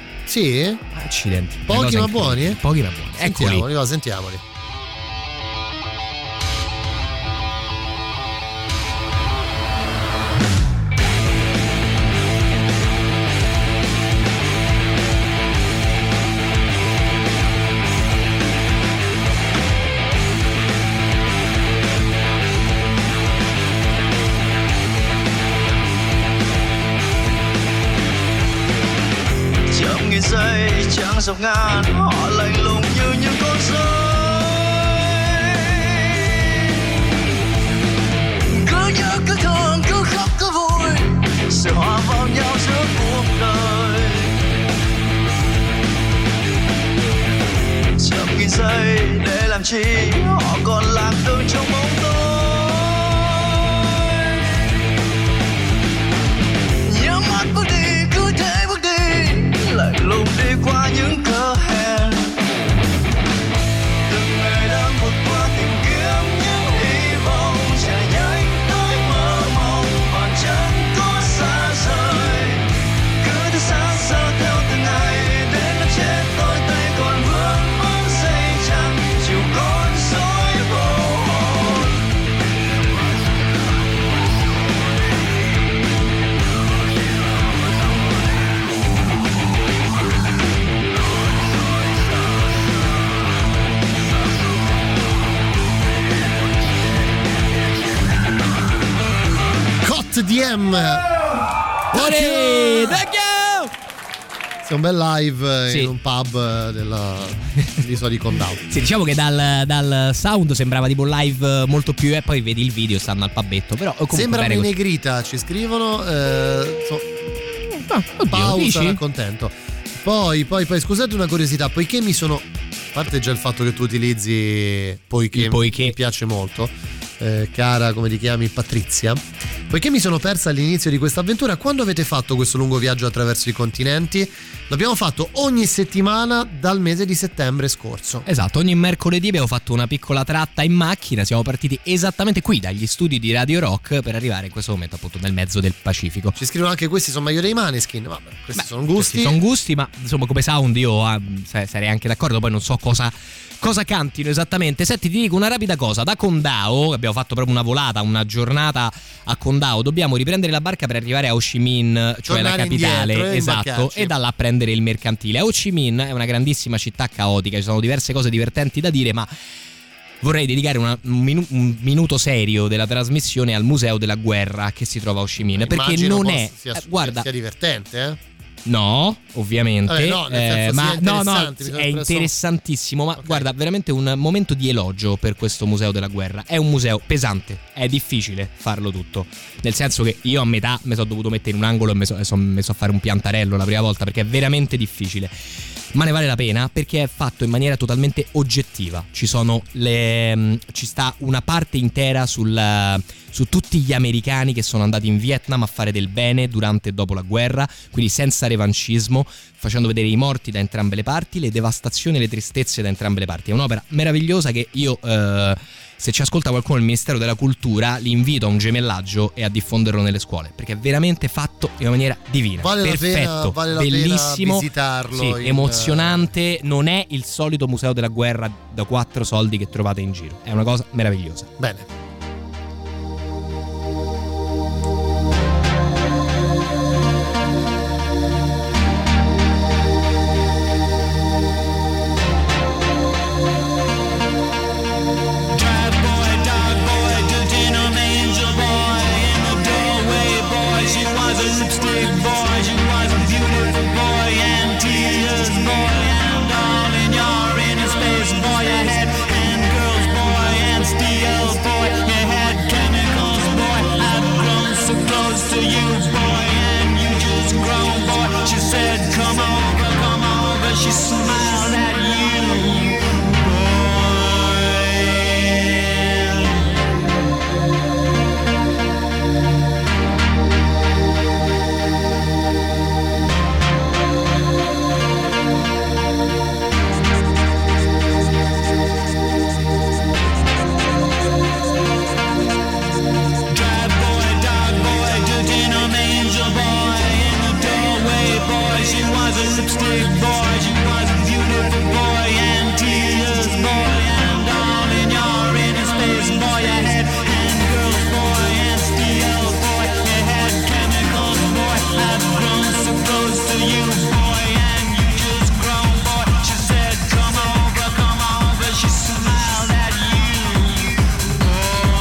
Sì? Accidenti. una Pochi cosa ma incredibile. buoni? eh? Pochi ma buoni. Eccoli. Sentiamoli, va, sentiamoli. trong nghìn giây chẳng dọc ngang họ lạnh lùng như những con rơi cứ nhớ cứ thương cứ khóc cứ vui sự hòa vào nhau giữa cuộc đời trong nghìn giây để làm chi họ còn lạc đường trong bóng tối nhắm mắt bước đi cứ thế bước đi lạnh lùng đi qua những cơ hẹn từng ngày đang vượt qua tìm kiếm những hy vọng chạy nhanh tới mơ mộng bàn chân có xa rời cứ thế sáng giờ theo từng ngày đến lúc chết đôi tay còn vướng mắc dây chằng chiều con rối vô hồn D M. Olè, thank you! È un bel live Sì. in un pub della, dell'isola di Condao. Sì, diciamo che dal, dal sound sembrava tipo live molto più e poi vedi il video, stanno al pubetto, però comunque Sembra bene in così. negrita, ci scrivono. Eh, so, Ah, oddio, pausa, dici? raccontento. Poi, poi, poi, scusate una curiosità, poiché mi sono. A parte già il fatto che tu utilizzi poiché, Il poiché. mi piace molto, eh, cara, come ti chiami, Patrizia. Poiché mi sono persa all'inizio di questa avventura, quando avete fatto questo lungo viaggio attraverso i continenti? L'abbiamo fatto ogni settimana dal mese di settembre scorso. Esatto, ogni mercoledì abbiamo fatto una piccola tratta in macchina, siamo partiti esattamente qui dagli studi di Radio Rock per arrivare in questo momento appunto nel mezzo del Pacifico. Ci scrivono anche questi sono meglio dei Maneskin, vabbè, questi Beh, sono gusti. Questi sono gusti, ma insomma come sound io ah, sarei anche d'accordo, poi non so cosa cosa cantino esattamente. Senti, ti dico una rapida cosa, da Condao, abbiamo fatto proprio una volata, una giornata a Condao, dobbiamo riprendere la barca per arrivare a Ho Chi Minh, cioè Tornare la capitale, indietro e esatto, imbarcarci. e da là prendere il mercantile. Ho Chi Minh è una grandissima città caotica, ci sono diverse cose divertenti da dire, ma vorrei dedicare una- un, minu- un minuto serio della trasmissione al Museo della Guerra che si trova a Ho Chi Minh, perché Immagino non possa- è sia, eh, guarda, sia divertente, eh? no, ovviamente, Vabbè, no, nel senso eh, ma sia no, no, interessante, mi sono è espresso- interessantissimo. Ma Ok. guarda, veramente un momento di elogio per questo Museo della Guerra. È un museo pesante, è difficile farlo tutto. Nel senso che io a metà mi sono dovuto mettere in un angolo e mi sono messo a fare un piantarello la prima volta perché è veramente difficile. Ma ne vale la pena perché è fatto in maniera totalmente oggettiva. Ci sono le. mh, ci sta una parte intera sul, su tutti gli americani che sono andati in Vietnam a fare del bene durante e dopo la guerra, quindi senza revancismo, facendo vedere i morti da entrambe le parti, le devastazioni e le tristezze da entrambe le parti. È un'opera meravigliosa che io. Eh, se ci ascolta qualcuno del Ministero della Cultura, li invito a un gemellaggio e a diffonderlo nelle scuole, perché è veramente fatto in una maniera divina. Vale la perfetto, pena- vale la pena bellissimo, visitarlo sì, in- emozionante. Non è il solito museo della guerra da quattro soldi che trovate in giro, è una cosa meravigliosa. Bene. Drive boy, dog boy, denim angel boy. In the doorway, boy, she was a lipstick boy. She was a beautiful boy and tears boy. And all in your inner space, boy, you had hand girls boy and steel boy. You had chemicals boy. I've grown so close to you boy, and you just grown boy. She said, come over, come over. She smiled at you. Drive boy, dog boy, denim angel boy. In the doorway, boy, she was a lipstick boy. She was a beautiful boy and tears boy. And all in your inner space, boy, you had hand girls boy and steel boy. You had chemicals boy. I've grown so close to you boy, and you just grown boy. She said, come over, come over. She smiled at you boy.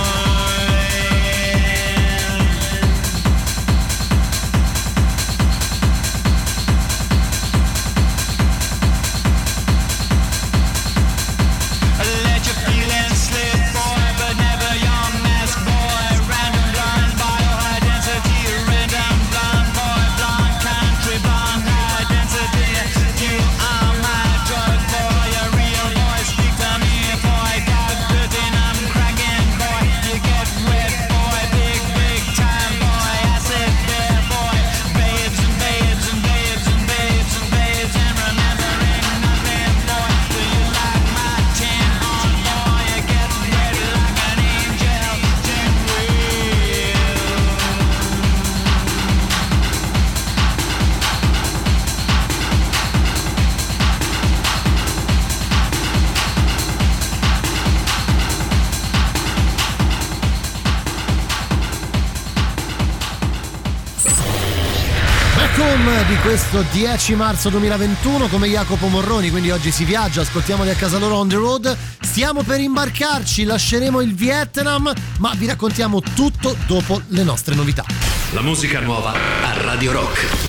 questo dieci marzo duemilaventuno come Jacopo Morroni, quindi oggi si viaggia, ascoltiamoli a casa loro on the road. Stiamo per imbarcarci, lasceremo il Vietnam, ma vi raccontiamo tutto dopo le nostre novità. La musica nuova a Radio Rock.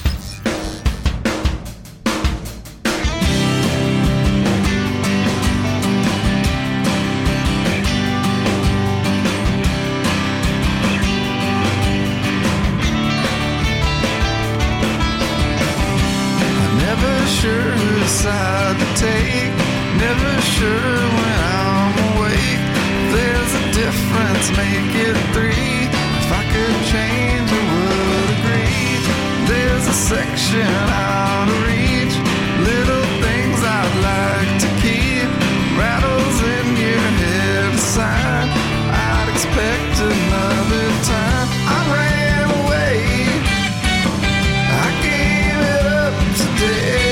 Sure whose side to take, never sure when I'm awake. There's a difference, make it three. If I could change, I would agree. There's a section out of reach, little things I'd like to keep. Rattles in your head aside, I'd expect another time. I ran away, I gave it up today.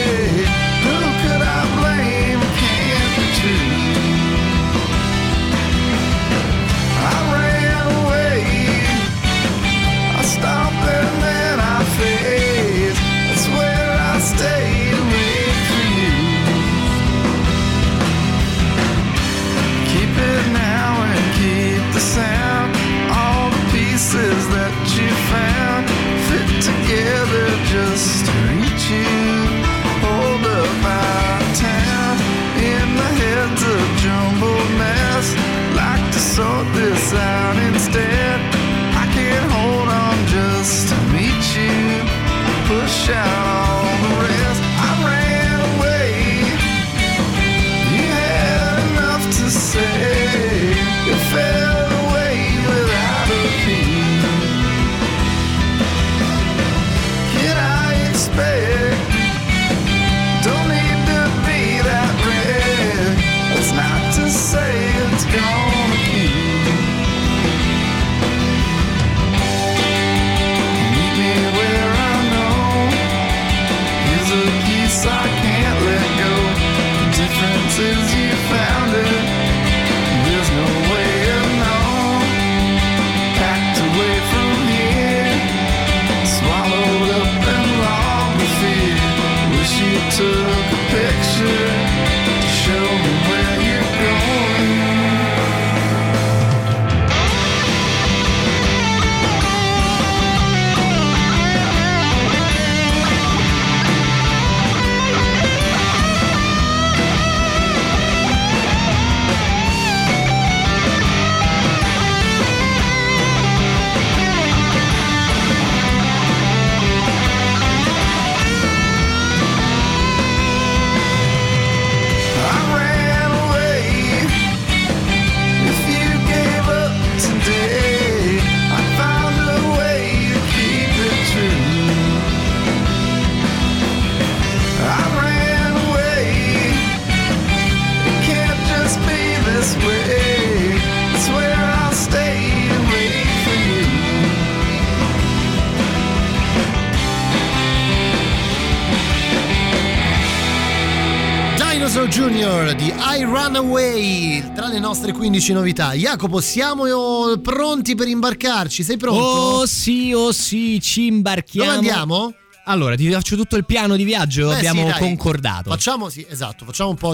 Sound, all the pieces that you found fit together just to reach you. Hold up our town in the heads of jumbled mess. Like to sort this out instead. I can't hold on just to meet you. Push out all the rest. I ran away. You had enough to say. It felt don't need to be that red. It's not to say it's gonna keep. Meet me where I know. Here's a piece I can't let go. The difference is you found it. There's no way of knowing. Packed away from here, swallowed up and lost the fear. Wish you took a picture to show me where you're going. Junior di I Run Away tra le nostre quindici novità. Jacopo, siamo pronti per imbarcarci? Sei pronto? Oh sì, oh sì, ci imbarchiamo. Dove andiamo? Allora, ti faccio tutto il piano di viaggio, Beh, abbiamo sì, dai. concordato. Facciamo, sì, esatto, facciamo un po'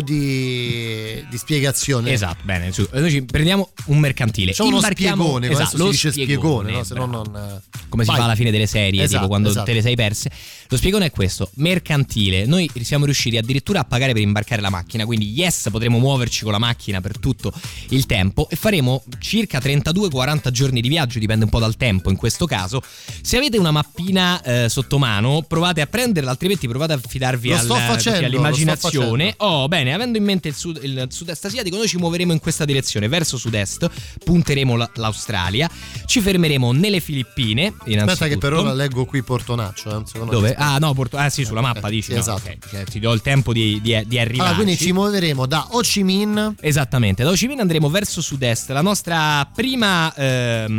di, di spiegazione. Esatto, bene, su, noi ci prendiamo un mercantile. Facciamo uno spiegone, esatto, adesso lo si dice spiegone, spiegone, no? Se no non... Come si Vai. fa alla fine delle serie, Esatto, tipo quando esatto. te le sei perse. Lo spiegone è questo: mercantile. Noi siamo riusciti addirittura a pagare per imbarcare la macchina, quindi yes, potremo muoverci con la macchina per tutto il tempo e faremo circa trentadue quaranta giorni di viaggio, dipende un po' dal tempo in questo caso. Se avete una mappina eh, sotto mano, provate a prenderla, altrimenti provate a fidarvi Lo sto al, facendo, all'immaginazione. lo sto Oh, bene, avendo in mente il, sud, il sud-est asiatico, noi ci muoveremo in questa direzione, verso sud-est, punteremo la, l'Australia, ci fermeremo nelle Filippine. Aspetta che per ora leggo qui Portonaccio, eh, un secondo. Dove? Ah no, Porto... ah sì, sulla mappa dici. Sì, No, esatto. okay. Cioè, ti do il tempo di, di, di arrivarci. Allora, quindi ci muoveremo da Ho Chi Minh. Esattamente, da Ho Chi Minh andremo verso sud-est. La nostra prima ehm,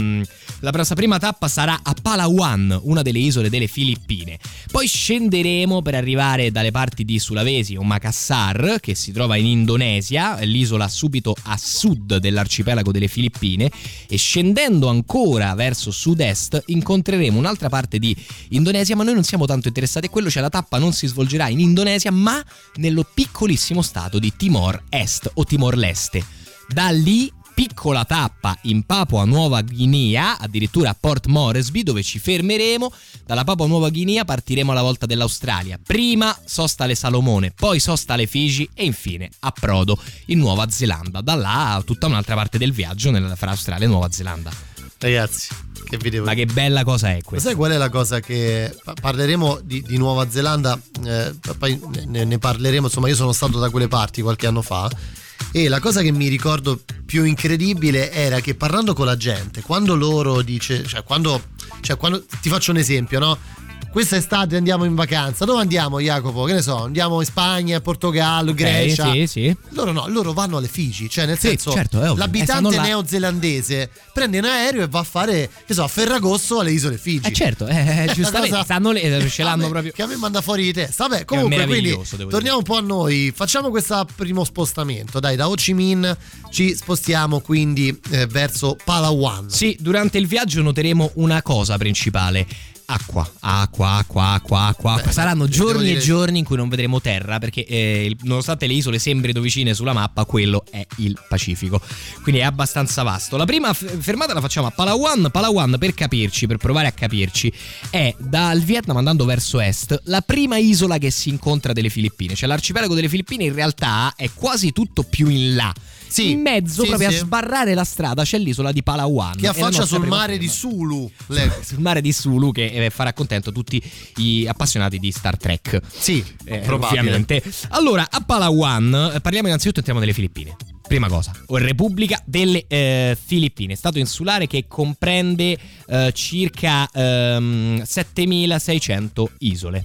La nostra prima tappa sarà a Palawan, una delle isole delle Filippine. Poi scenderemo per arrivare dalle parti di Sulawesi o Makassar, che si trova in Indonesia, l'isola subito a sud dell'arcipelago delle Filippine, e scendendo ancora verso sud-est incontreremo un'altra parte di Indonesia, ma noi non siamo tanto interessati a quello, cioè la tappa non si svolgerà in Indonesia ma nello piccolissimo stato di Timor Est o Timor Leste. Da lì piccola tappa in Papua Nuova Guinea, addirittura a Port Moresby, dove ci fermeremo. Dalla Papua Nuova Guinea partiremo alla volta dell'Australia. Prima sosta alle Salomone, poi sosta alle Figi e infine approdo in Nuova Zelanda. Da là tutta un'altra parte del viaggio nella, fra Australia e Nuova Zelanda. Ragazzi, che vi devo Ma che bella cosa è questa? Sai qual è la cosa che parleremo di, di Nuova Zelanda, eh, poi ne, ne parleremo, insomma io sono stato da quelle parti qualche anno fa. E la cosa che mi ricordo più incredibile era che parlando con la gente, quando loro dice, cioè quando, cioè quando ti faccio un esempio, no? Questa estate andiamo in vacanza. Dove andiamo, Jacopo? Che ne so, andiamo in Spagna, Portogallo, okay, Grecia. Sì, sì. Loro no, loro vanno alle Figi, cioè nel sì, senso certo, è ovvio. l'abitante eh, neozelandese prende un aereo e va a fare, che so, a Ferragosto alle isole Figi. Eh certo, eh, giustamente cosa, stanno lì, ce l'hanno me, proprio. Che a me manda fuori di testa. Vabbè, comunque quindi torniamo dire. un po' a noi. Facciamo questo primo spostamento. Dai, da Ho Chi Minh ci spostiamo quindi eh, verso Palawan. Sì, durante il viaggio noteremo una cosa principale. Acqua, acqua, acqua, acqua, acqua. Beh, saranno giorni e giorni in cui non vedremo terra perché eh, nonostante le isole sembrino vicine sulla mappa, quello è il Pacifico, quindi è abbastanza vasto. La prima f- fermata la facciamo a Palawan. Palawan, per capirci, per provare a capirci, è dal Vietnam andando verso est la prima isola che si incontra delle Filippine. Cioè l'arcipelago delle Filippine in realtà è quasi tutto più in là. Sì, in mezzo sì, proprio sì. a sbarrare la strada c'è l'isola di Palawan che affaccia sul mare di Sulu. Sul mare di Sulu, che farà contento tutti gli appassionati di Star Trek. Sì, eh, ovviamente. Allora, a Palawan parliamo innanzitutto entriamo delle Filippine. Prima cosa, Repubblica delle eh, Filippine, stato insulare che comprende eh, circa ehm, settemilaseicento isole.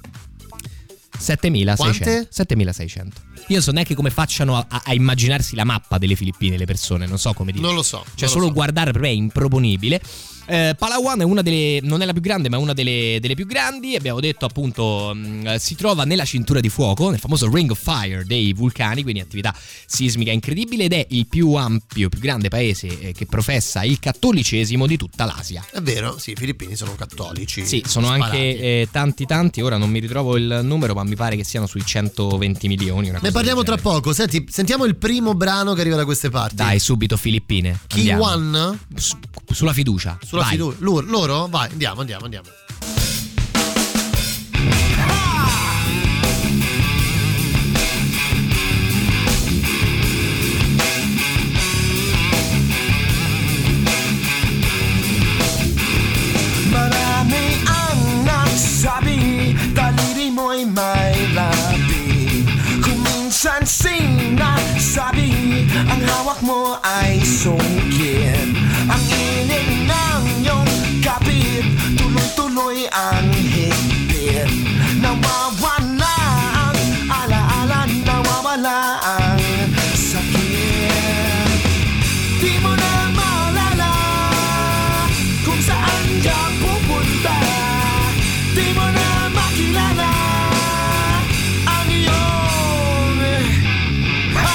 settemilaseicento. settemilaseicento. Io non so neanche come facciano a, a, a immaginarsi la mappa delle Filippine le persone, non so come dire. Non lo so. Cioè solo so. guardare per me è improponibile. Eh, Palawan è una delle, non è la più grande ma è una delle, delle più grandi. Abbiamo detto appunto mh, si trova nella cintura di fuoco, nel famoso Ring of Fire dei vulcani, quindi attività sismica incredibile, ed è il più ampio, più grande paese eh, che professa il cattolicesimo di tutta l'Asia. È vero, sì, i filippini sono cattolici. Sì, sono sparati. anche eh, tanti tanti, ora non mi ritrovo il numero ma mi pare che siano sui centoventi milioni, una cosa. Ne parliamo tra poco. Senti, sentiamo il primo brano che arriva da queste parti. Dai, subito Filippine. Key One? Su, sulla fiducia. Sulla fiducia. Loro, loro? Vai, andiamo, andiamo, andiamo. Marami ang nagsabi, daliri mo'y may labi. Kuminsan sinasabi, ang hawak mo ay sungkit. Ang inig ng iyong kapit, tuloy-tuloy ang higpit. Nawawala ang alaala, nawawala ang sakit. Di mo na maalala kung saan ka pupunta. Di mo na makilala ang iyong ha!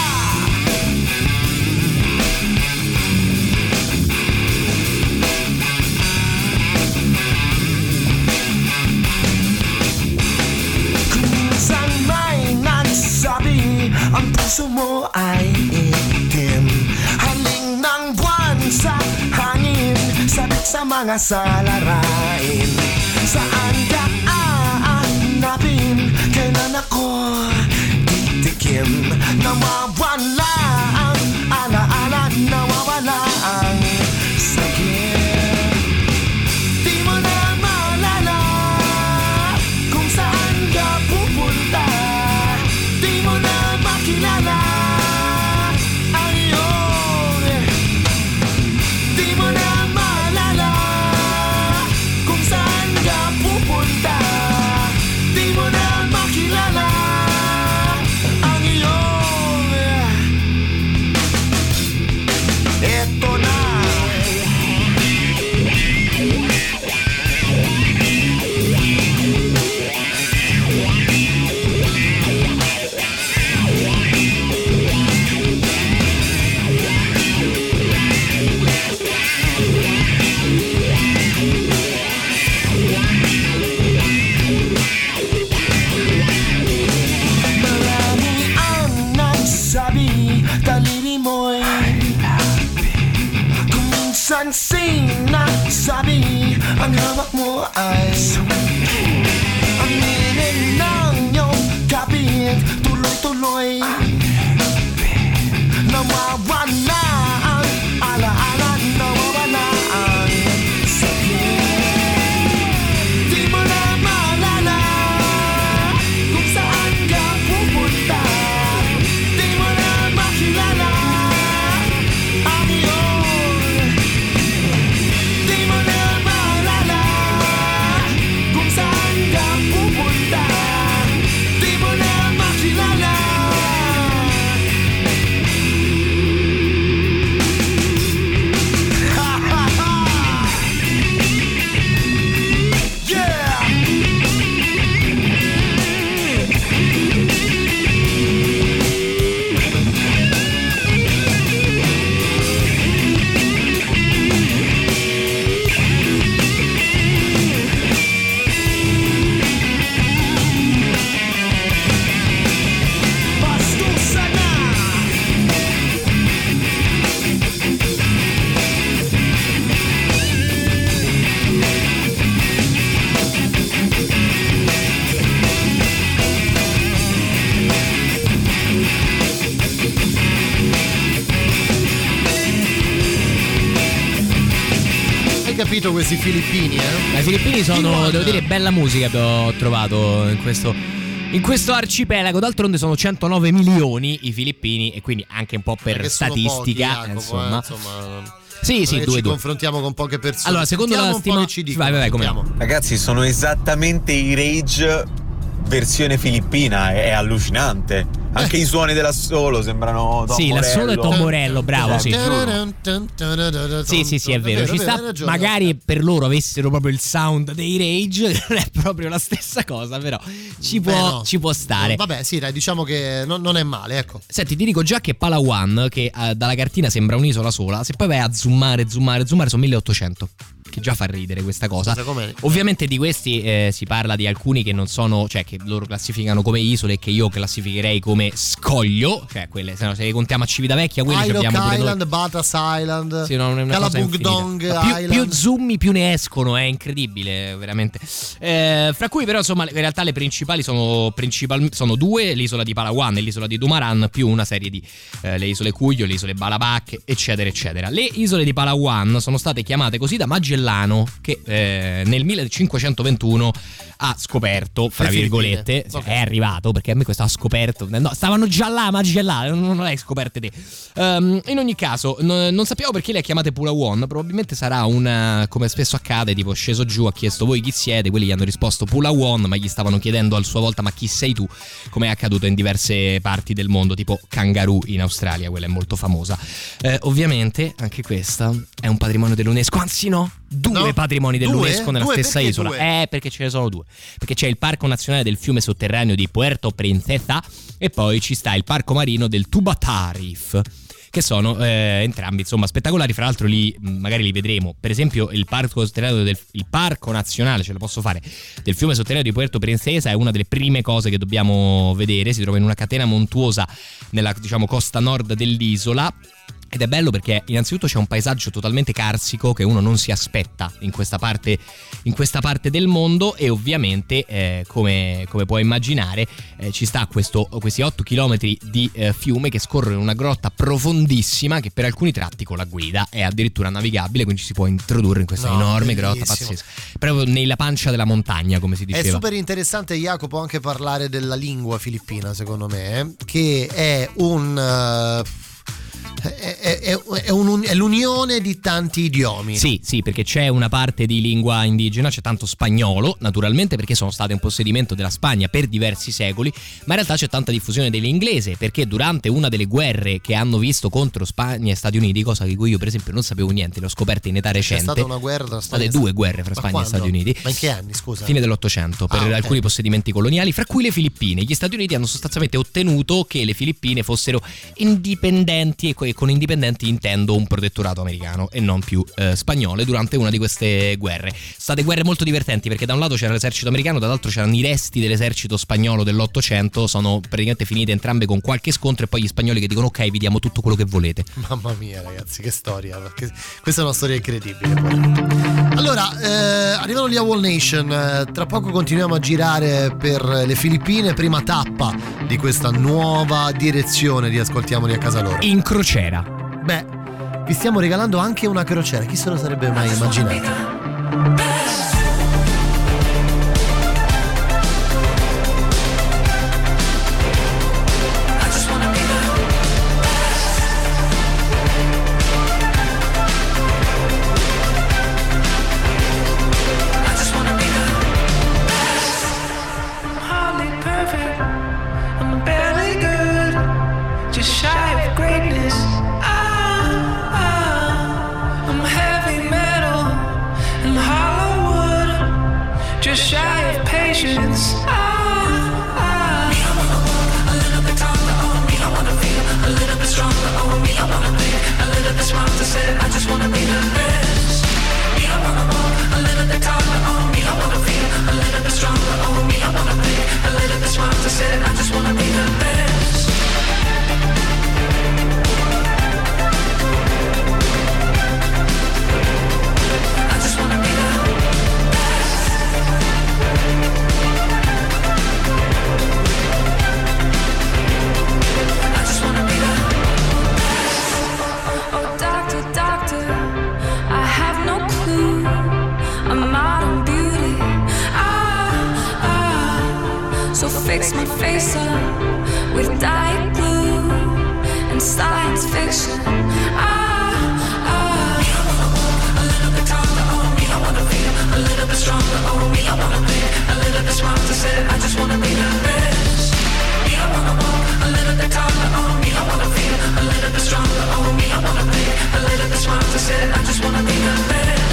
Kung saan may nagsabi ang puso mo ay itim. Haling ng buwan sa hangin, sabit sa mga salarain. Saan ka aanapin? Kailan ako titikim? Nawawala ang alaala, nawawala ang sakit. Di mo na maalala kung saan ka pupunta. Di mo na makilala ang iyong. Di mo na maalala kung saan can sing na sabi ang hawak mo ay aminin ng iyong kapit tuloy-tuloy nawawala ang alaala nawawala ang sakit di mo na maalala kung saan ka pupunta di mo na makilala ang iyong di mo na maalala kung saan ka pupunta di mo na makilala. Capito questi filippini, eh? I filippini sono, devo dire, bella musica che ho trovato in questo in questo arcipelago. D'altronde sono centonove milioni i filippini e quindi anche un po' per Perché statistica, pochi, Jacopo, insomma. eh, insomma. Sì, sì, due, ci due. confrontiamo con poche persone. Allora, secondo Sentiamo la un po' stima che ci dicono. vai, vai, vai, come Ragazzi, sono esattamente i Rage versione filippina, è, è allucinante. Anche i suoni della Solo sembrano Tom Sì, Morello. la Solo è Tom Morello, bravo, Eh, sì. giuro. Sì, sì, sì, è vero. Ci sta, magari per loro avessero proprio il sound dei Rage, non è proprio la stessa cosa, però ci può, Beh, no. ci può stare. Vabbè, sì, dai, diciamo che non, non è male, ecco. Senti, ti dico già che Palawan, che eh, dalla cartina sembra un'isola sola, se poi vai a zoomare, zoomare, zoomare, sono milleottocento. Che già fa ridere questa cosa. Ovviamente di questi eh, si parla di alcuni che non sono, cioè che loro classificano come isole e che io classificherei come scoglio, cioè quelle, se no se le contiamo a Civitavecchia, quelli ci Isle abbiamo pure Island, noi. Batas Island, Sì, no, non è una cosa Calabugdong infinita. Ma Island. più, più zoomi più ne escono, è incredibile, veramente. Eh, fra cui però insomma in realtà le principali sono, principal, sono due, l'isola di Palawan e l'isola di Dumaran, più una serie di eh, le isole Cuglio, le isole Balabac, eccetera eccetera. Le isole di Palawan sono state chiamate così da Magellano, che eh, nel millecinquecentoventuno ha scoperto, fra Le virgolette, Filippine. è arrivato, perché a me questo ha scoperto, no, stavano già là, Magellano, non l'hai scoperte te. Um, in ogni caso, n- non sappiamo perché le ha chiamate Pulawan, probabilmente sarà una, come spesso accade, tipo sceso giù, ha chiesto voi chi siete, quelli gli hanno risposto Pulawan, ma gli stavano chiedendo a sua volta ma chi sei tu, come è accaduto in diverse parti del mondo, tipo Kangaroo in Australia, quella è molto famosa. Eh, ovviamente anche questa è un patrimonio dell'UNESCO, anzi no, due No? patrimoni dell'UNESCO Due? nella Due? stessa Perché isola. due? Eh, perché ce ne sono due. Perché c'è il Parco Nazionale del Fiume Sotterraneo di Puerto Princesa e poi ci sta il Parco Marino del Tubatarif, che sono eh, entrambi insomma spettacolari. Fra l'altro lì magari li vedremo, per esempio il parco sotterraneo del il parco nazionale, ce lo posso fare, del fiume sotterraneo di Puerto Princesa, è una delle prime cose che dobbiamo vedere. Si trova in una catena montuosa nella, diciamo, costa nord dell'isola. Ed è bello perché innanzitutto c'è un paesaggio totalmente carsico che uno non si aspetta in questa parte, in questa parte del mondo, e ovviamente eh, come, come puoi immaginare eh, ci sta questo, questi otto chilometri di eh, fiume che scorrono in una grotta profondissima che per alcuni tratti con la guida è addirittura navigabile, quindi ci si può introdurre in questa No, enorme bellissimo. grotta pazzesca, proprio nella pancia della montagna, come si È diceva. super interessante, Jacopo, anche parlare della lingua filippina, secondo me, eh, che è un... uh, È, è, è, è, un, è l'unione di tanti idiomi. Sì, sì, perché c'è una parte di lingua indigena, c'è tanto spagnolo, naturalmente, perché sono state in possedimento della Spagna per diversi secoli, ma in realtà c'è tanta diffusione dell'inglese, perché durante una delle guerre che hanno visto contro Spagna e Stati Uniti, cosa di cui io per esempio non sapevo niente, l'ho scoperta in età recente. C'è stata una guerra tra Spagna state due guerre fra Ma Spagna quando? e Stati Uniti. Ma in che anni, scusa? Fine dell'Ottocento, per Ah, ok. alcuni possedimenti coloniali, fra cui le Filippine. Gli Stati Uniti hanno sostanzialmente ottenuto che le Filippine fossero indipendenti e co- con indipendenza indipendenti, intendo un protettorato americano e non più eh, spagnolo, durante una di queste guerre. State guerre molto divertenti, perché da un lato c'era l'esercito americano, dall'altro c'erano i resti dell'esercito spagnolo dell'Ottocento, sono praticamente finite entrambe con qualche scontro e poi gli spagnoli che dicono ok, vi diamo tutto quello che volete. Mamma mia ragazzi, che storia, perché questa è una storia incredibile. Allora, eh, arrivano gli All Nation, eh, tra poco continuiamo a girare per le Filippine, prima tappa di questa nuova direzione di Ascoltiamoli a casa loro. In crociera. Beh, vi stiamo regalando anche una crociera, chi se lo sarebbe mai immaginato? Fix my face up with diet glue and science fiction. Ah, ah. Me, I wanna walk a little bit taller. Oh, me, I wanna feel a little bit stronger. Oh, me, I wanna think a little bit smarter. Said I just wanna be the best. Me, I wanna walk a little bit taller. Oh, me, I wanna feel a little bit stronger. Oh, me, I wanna think a little bit smarter. Said I just wanna be the best.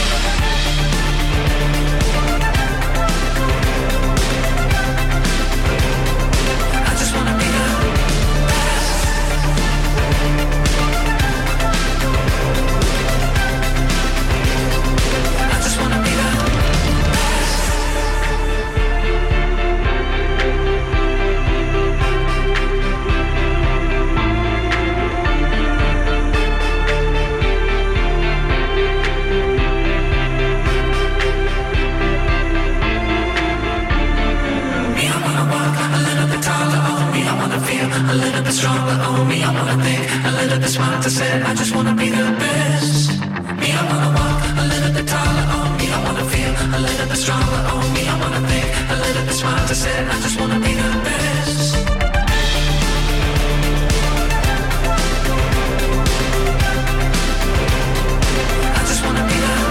A little bit stronger, oh me, I wanna think a little bit smarter, said I just wanna be the best. Me, I wanna walk a little bit taller, oh me, I wanna feel a little bit stronger, oh me, I wanna think a little bit smarter, said I just wanna be the best. I just wanna be the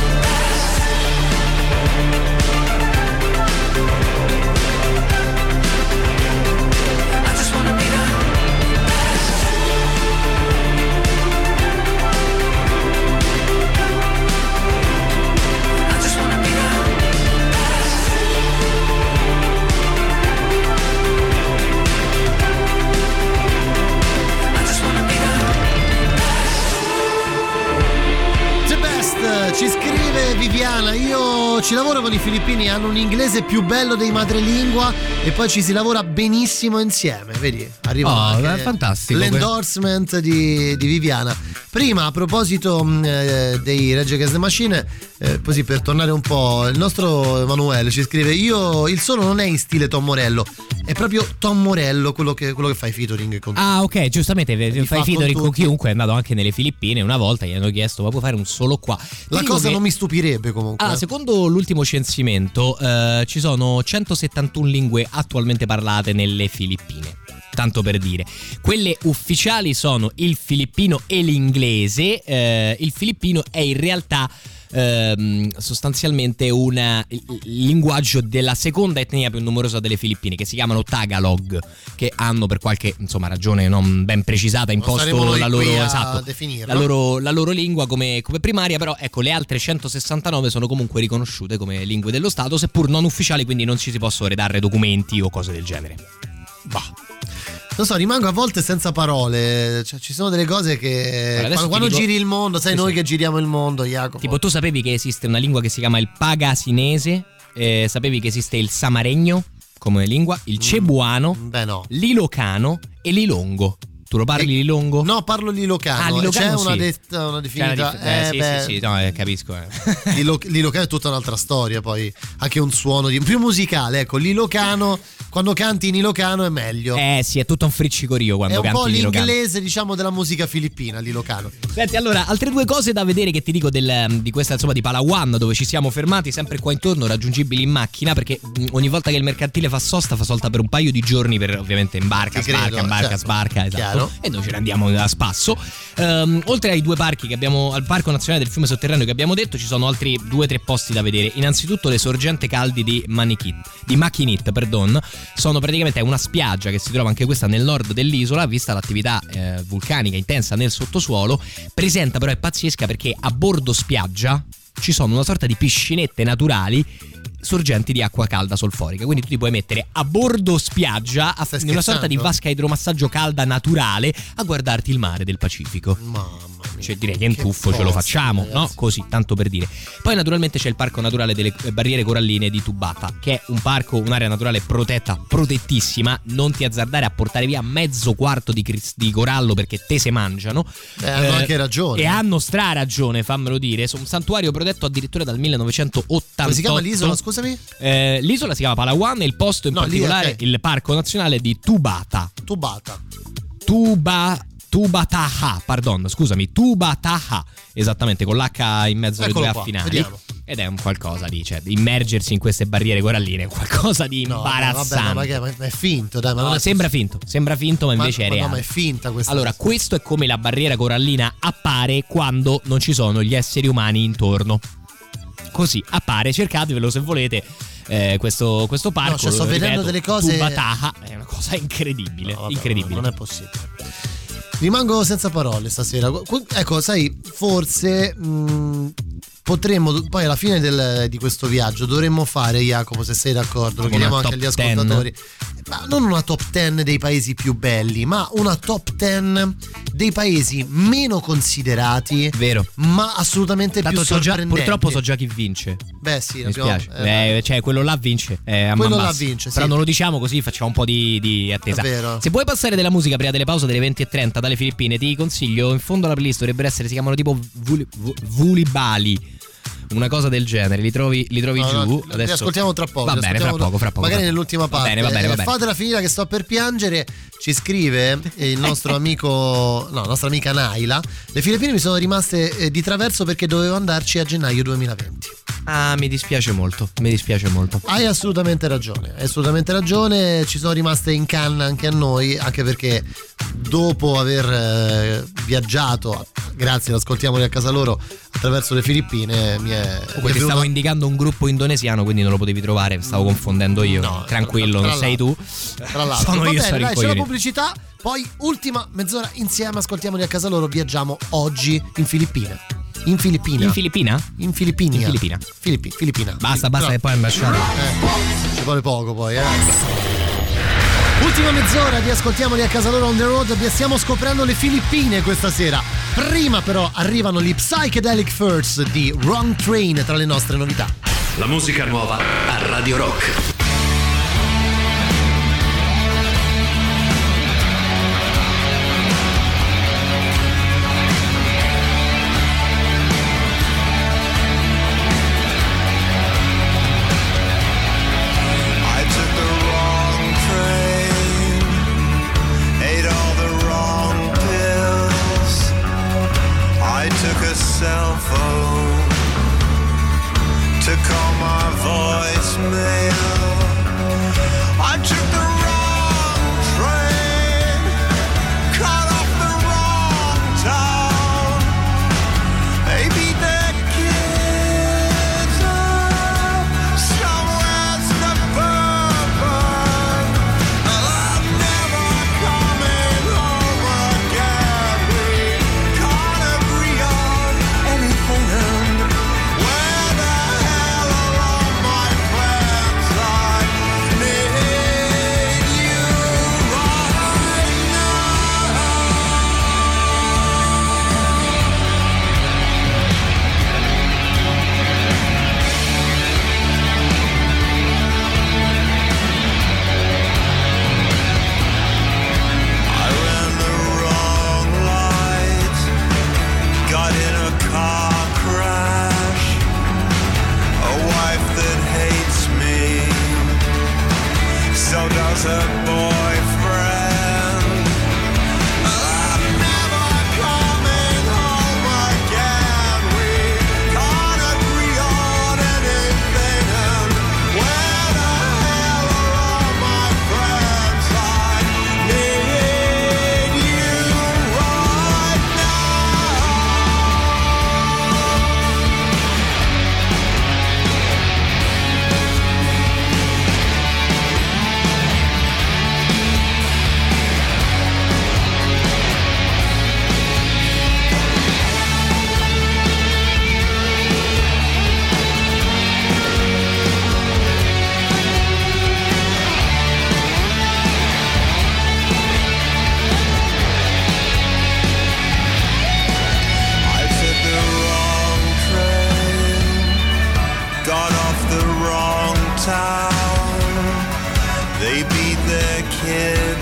Ci scrive Viviana, io ci lavoro con i filippini, hanno un inglese più bello dei madrelingua e poi ci si lavora benissimo insieme, vedi? Arriva oh, anche fantastico, l'endorsement di, di Viviana. Prima, a proposito eh, dei Rage Against the Machine, eh, così per tornare un po', il nostro Emanuele ci scrive: io il solo non è in stile Tom Morello, è proprio Tom Morello quello che, quello che fa i featuring con tutti. Ah, ok, giustamente fai fa featuring con, con chiunque. È andato anche nelle Filippine una volta, gli hanno chiesto: ma puoi fare un solo qua? La cosa che non mi stupirebbe comunque. Ah, secondo l'ultimo censimento eh, ci sono centosettantuno lingue attualmente parlate nelle Filippine. Tanto per dire, quelle ufficiali sono il filippino e l'inglese. Eh, il filippino è in realtà ehm, sostanzialmente un linguaggio della seconda etnia più numerosa delle Filippine, che si chiamano Tagalog, che hanno per qualche insomma ragione non ben precisata imposto la loro, esatto, la loro la loro lingua come, come primaria. Però ecco, le altre centosessantanove sono comunque riconosciute come lingue dello Stato, seppur non ufficiali, quindi non ci si possono redare documenti o cose del genere. Bah. Non so, rimango a volte senza parole. Cioè, ci sono delle cose che Allora, quando, quando dico... giri il mondo, sai, sì, noi sì. che giriamo il mondo, Jacopo. Tipo, tu sapevi che esiste una lingua che si chiama il pagasinese? Eh, sapevi che esiste il samaregno come lingua, il cebuano, mm, beh no. l'ilocano e l'ilongo. Tu lo parli e... l'ilongo? No, parlo l'ilocano. Ah, l'ilocano c'è una, sì. det- una definita. Dif- eh, eh, sì, beh, sì, sì, no, eh, capisco. Eh. L'ilo- l'ilocano è tutta un'altra storia, poi anche un suono di... più musicale, ecco, l'ilocano, quando canti in ilocano è meglio. Eh sì, è tutto un friccicorio quando è un canti po' in ilocano. l'inglese, diciamo, della musica filippina, l'ilocano. Senti, allora, altre due cose da vedere che ti dico del, di questa, insomma, di Palawan, dove ci siamo fermati, sempre qua intorno, raggiungibili in macchina, perché ogni volta che il mercantile fa sosta, fa sosta per un paio di giorni, per ovviamente imbarca, Ti sbarca, credo, imbarca, certo. sbarca, esatto. Chiaro. E noi ce ne andiamo a spasso. Um, oltre ai due parchi che abbiamo, al Parco Nazionale del Fiume Sotterraneo che abbiamo detto, ci sono altri due o tre posti da vedere. Innanzitutto le sorgenti caldi di Manikit, di Makinit, perdon, sono praticamente una spiaggia che si trova anche questa nel nord dell'isola, vista l'attività eh, vulcanica intensa nel sottosuolo. Presenta però è pazzesca perché a bordo spiaggia ci sono una sorta di piscinette naturali, sorgenti di acqua calda solforica, quindi tu ti puoi mettere a bordo spiaggia a, in una sorta di vasca idromassaggio calda naturale a guardarti il mare del Pacifico. Mamma mia, cioè direi che in tuffo che ce lo posto, facciamo, ragazzi. no? Così, tanto per dire. Poi naturalmente c'è il parco naturale delle barriere coralline di Tubata, che è un parco, un'area naturale protetta, protettissima. Non ti azzardare a portare via mezzo quarto di, cris- di corallo perché te se mangiano. Eh, hanno anche ragione. E hanno stra ragione, fammelo dire. È un santuario protetto addirittura dal millenovecentottotto. Come si chiama l'isola, scusami? Eh, l'isola si chiama Palawan e il posto in No, lì, particolare ok. il parco nazionale di Tubata. Tubata. Tuba Tubataha, pardon, scusami, Tubataha, esattamente, con l'H in mezzo alle Eccolo due A qua, finali. vediamo. Ed è un qualcosa di, cioè, immergersi in queste barriere coralline è qualcosa di No, imbarazzante. vabbè, ma, che, ma è finto, dai, ma No, non è sembra finto, sembra finto, ma ma, invece è ma reale. no, ma è finta questa Allora, cosa. questo è come la barriera corallina appare quando non ci sono gli esseri umani intorno. Così appare, cercatevelo se volete. Eh, questo, questo parco, No, cioè, sto ripeto, vedendo delle cose- Tubataha, è una cosa incredibile, No, vabbè, incredibile. Non è possibile. Rimango senza parole stasera. Qu- Ecco, sai, forse mh, potremmo poi alla fine del- di questo viaggio dovremmo fare, Jacopo, se sei d'accordo, lo Una chiediamo anche top agli ascoltatori. ten. Ma non una top dieci dei paesi più belli, ma una top dieci dei paesi meno considerati, Vero. ma assolutamente Tanto più so già, sorprendenti. purtroppo so già chi vince. Beh, sì, Mi abbiamo- spiace. eh, Eh, cioè, quello là vince. Eh, a Quello man là basse. vince, sì. Però non lo diciamo così, facciamo un po' di, di attesa. È vero. Se vuoi passare della musica prima delle pause delle venti e trenta dalle Filippine, ti consiglio, in fondo alla playlist dovrebbero essere, si chiamano tipo Vuli, Vu- Vulibali. Una cosa del genere, li trovi, li trovi No, giù. no, Adesso li ascoltiamo tra poco. Va li bene, fra ascoltiamo poco, fra poco. Magari fra poco. nell'ultima Va parte. bene, va bene, va Eh, bene. Fatela finita che sto per piangere. Ci scrive eh, il nostro amico, no, nostra amica Naila. Le Filippine mi sono rimaste eh, di traverso perché dovevo andarci a gennaio duemilaventi. Ah, mi dispiace molto, mi dispiace molto. Hai assolutamente ragione, hai assolutamente ragione. Ci sono rimaste in canna anche a noi, anche perché dopo aver eh, viaggiato, grazie, l'ascoltiamoli a casa loro, attraverso le Filippine, mi è, mi è Comunque ti venuta- stavo indicando un gruppo indonesiano, quindi non lo potevi trovare, stavo confondendo io. No, Tranquillo, tra- tra non sei tu. Tra l'altro, Sono va io, bene, sono dai, c'è la rincoglionito. pubblicità. Poi ultima mezz'ora insieme, ascoltiamoli a casa loro. Viaggiamo oggi in Filippine. In Filippina. In Filippina? In Filippina. In Filippina. Filippi- Filippina. Basta, basta, Però- che poi è ambasciato. eh, ci vuole poco poi, eh. Ultima mezz'ora di ascoltiamoli a casa loro on the road. Stiamo scoprendo le Filippine questa sera. Prima però arrivano gli Psychedelic Furs di Wrong Train tra le nostre novità. La musica nuova a Radio Rock. I took the wrong train, ate all the wrong pills. I took a cell phone to call my voicemail.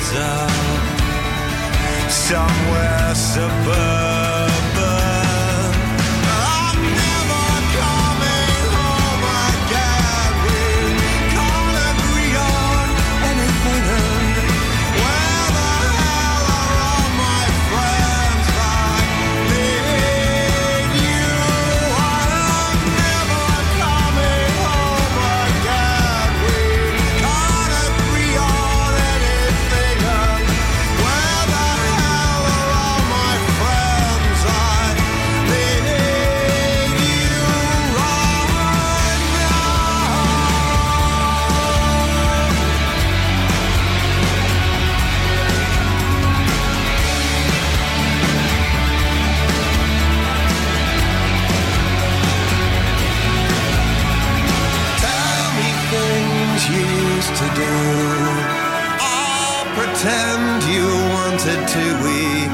casa, somewhere suburban. I'm never coming home again. We can't agree on anything. Where the hell are all my friends? I need you. I'm never coming home again. We can't agree on anything. Where the hell are all my friends? I need you right now. Tell me things you used to do. I'll pretend you wanted to. We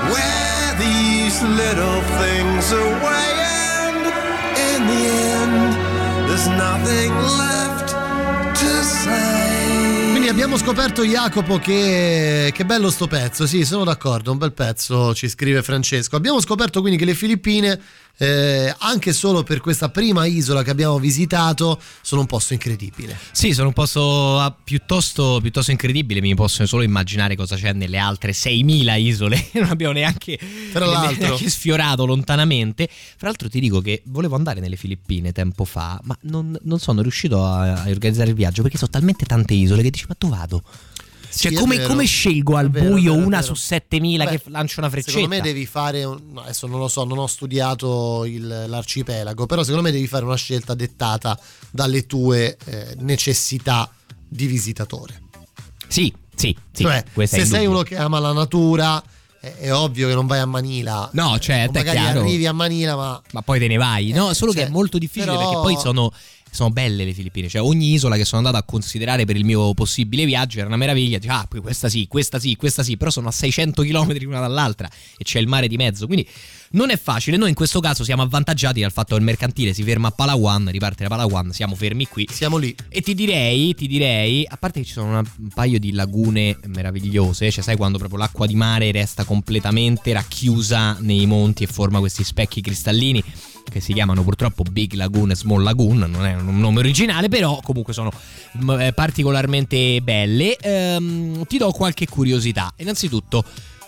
wear these little things away, and in the end, there's nothing left to say. Quindi abbiamo scoperto, Jacopo, che che bello sto pezzo. Sì, sono d'accordo, un bel pezzo, ci scrive Francesco. Abbiamo scoperto quindi che le Filippine, eh, anche solo per questa prima isola che abbiamo visitato, sono un posto incredibile. Sì, sono un posto ah, piuttosto, piuttosto incredibile. Mi posso solo immaginare cosa c'è nelle altre seimila isole. Non abbiamo neanche, Tra l'altro. neanche sfiorato lontanamente. Fra l'altro ti dico che volevo andare nelle Filippine tempo fa, ma non, non sono riuscito a, a organizzare il viaggio perché sono talmente tante isole che dici ma dove vado? Cioè, Sì, è come, vero. come scelgo al È vero, buio è vero, è una vero. su settemila Beh, che lancia una freccetta? Secondo me devi fare un- no, adesso non lo so, non ho studiato il- l'arcipelago, però secondo me devi fare una scelta dettata dalle tue eh, necessità di visitatore. Sì, sì, sì. Cioè, questo è se sei indubbio. uno che ama la natura, è, è ovvio che non vai a Manila. No, certo, O è magari chiaro. arrivi a Manila, ma Ma poi te ne vai, no? Eh, Solo cioè, che è molto difficile però- perché poi sono, sono belle le Filippine. Cioè, ogni isola che sono andato a considerare per il mio possibile viaggio era una meraviglia. Dici, ah, poi questa sì, questa sì, questa sì, però sono a seicento chilometri l'una dall'altra e c'è il mare di mezzo. Quindi non è facile. Noi in questo caso siamo avvantaggiati dal fatto che il mercantile si ferma a Palawan, riparte da Palawan, siamo fermi qui. siamo lì. E ti direi, ti direi, a parte che ci sono una- un paio di lagune meravigliose, cioè sai quando proprio l'acqua di mare resta completamente racchiusa nei monti e forma questi specchi cristallini che si chiamano purtroppo Big Lagoon e Small Lagoon, non è un nome originale, però comunque sono m- eh, particolarmente belle. Ehm, ti do qualche curiosità. Innanzitutto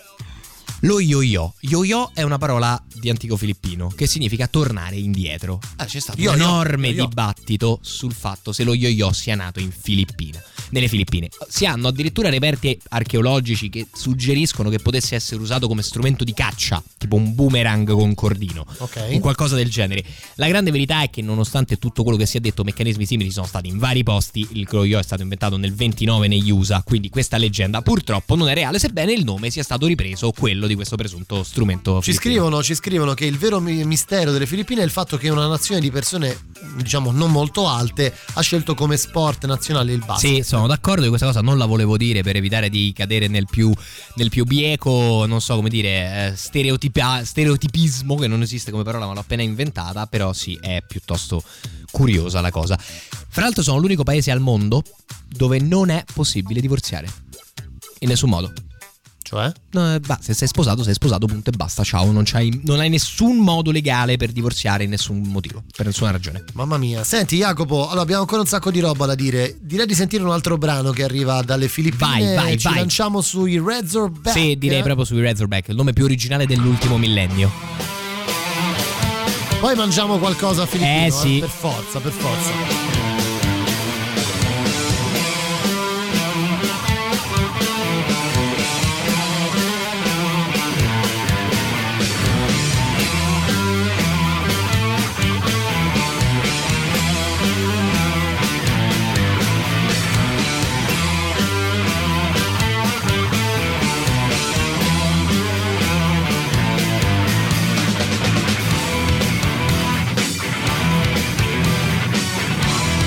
lo yo-yo. Yo-yo è una parola di antico filippino che significa tornare indietro. Ah, c'è stato Yo-yo, un enorme yo-yo. dibattito sul fatto se lo yo-yo sia nato in Filippine. Nelle Filippine si hanno addirittura reperti archeologici che suggeriscono che potesse essere usato come strumento di caccia, tipo un boomerang con cordino, Ok. o qualcosa del genere. La grande verità è che nonostante tutto quello che si è detto, meccanismi simili sono stati in vari posti. Il yo-yo è stato inventato nel ventinove negli U S A, quindi questa leggenda purtroppo non è reale, sebbene il nome sia stato ripreso, quello di questo presunto strumento Ci filippino. scrivono, ci scrivono che il vero mi- mistero delle Filippine è il fatto che una nazione di persone, diciamo, non molto alte ha scelto come sport nazionale il basket. Sì, sono d'accordo di questa cosa, non la volevo dire per evitare di cadere nel più, nel più bieco, non so come dire, eh, stereotipa- stereotipismo, che non esiste come parola ma l'ho appena inventata, però sì, è piuttosto curiosa la cosa. Fra l'altro sono l'unico paese al mondo dove non è possibile divorziare, in nessun modo. Cioè? No, eh, bah, se sei sposato, sei sposato, punto e basta, ciao, non, c'hai, non hai nessun modo legale per divorziare in nessun motivo, per nessuna ragione. Mamma mia. Senti Jacopo, allora abbiamo ancora un sacco di roba da dire. Direi di sentire un altro brano che arriva dalle Filippine. Vai, vai, Ci vai. lanciamo sui Razorback. Sì, direi proprio sui Razorback, il nome più originale dell'ultimo millennio. Poi mangiamo qualcosa filippino, Eh, sì. per forza, per forza. Thank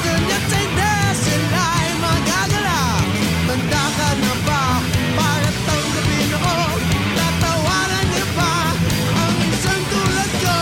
Gustonya cinta selai magagala. Tanda na ba para tanggapin o tatawaran niya ba ang isang tulad ko?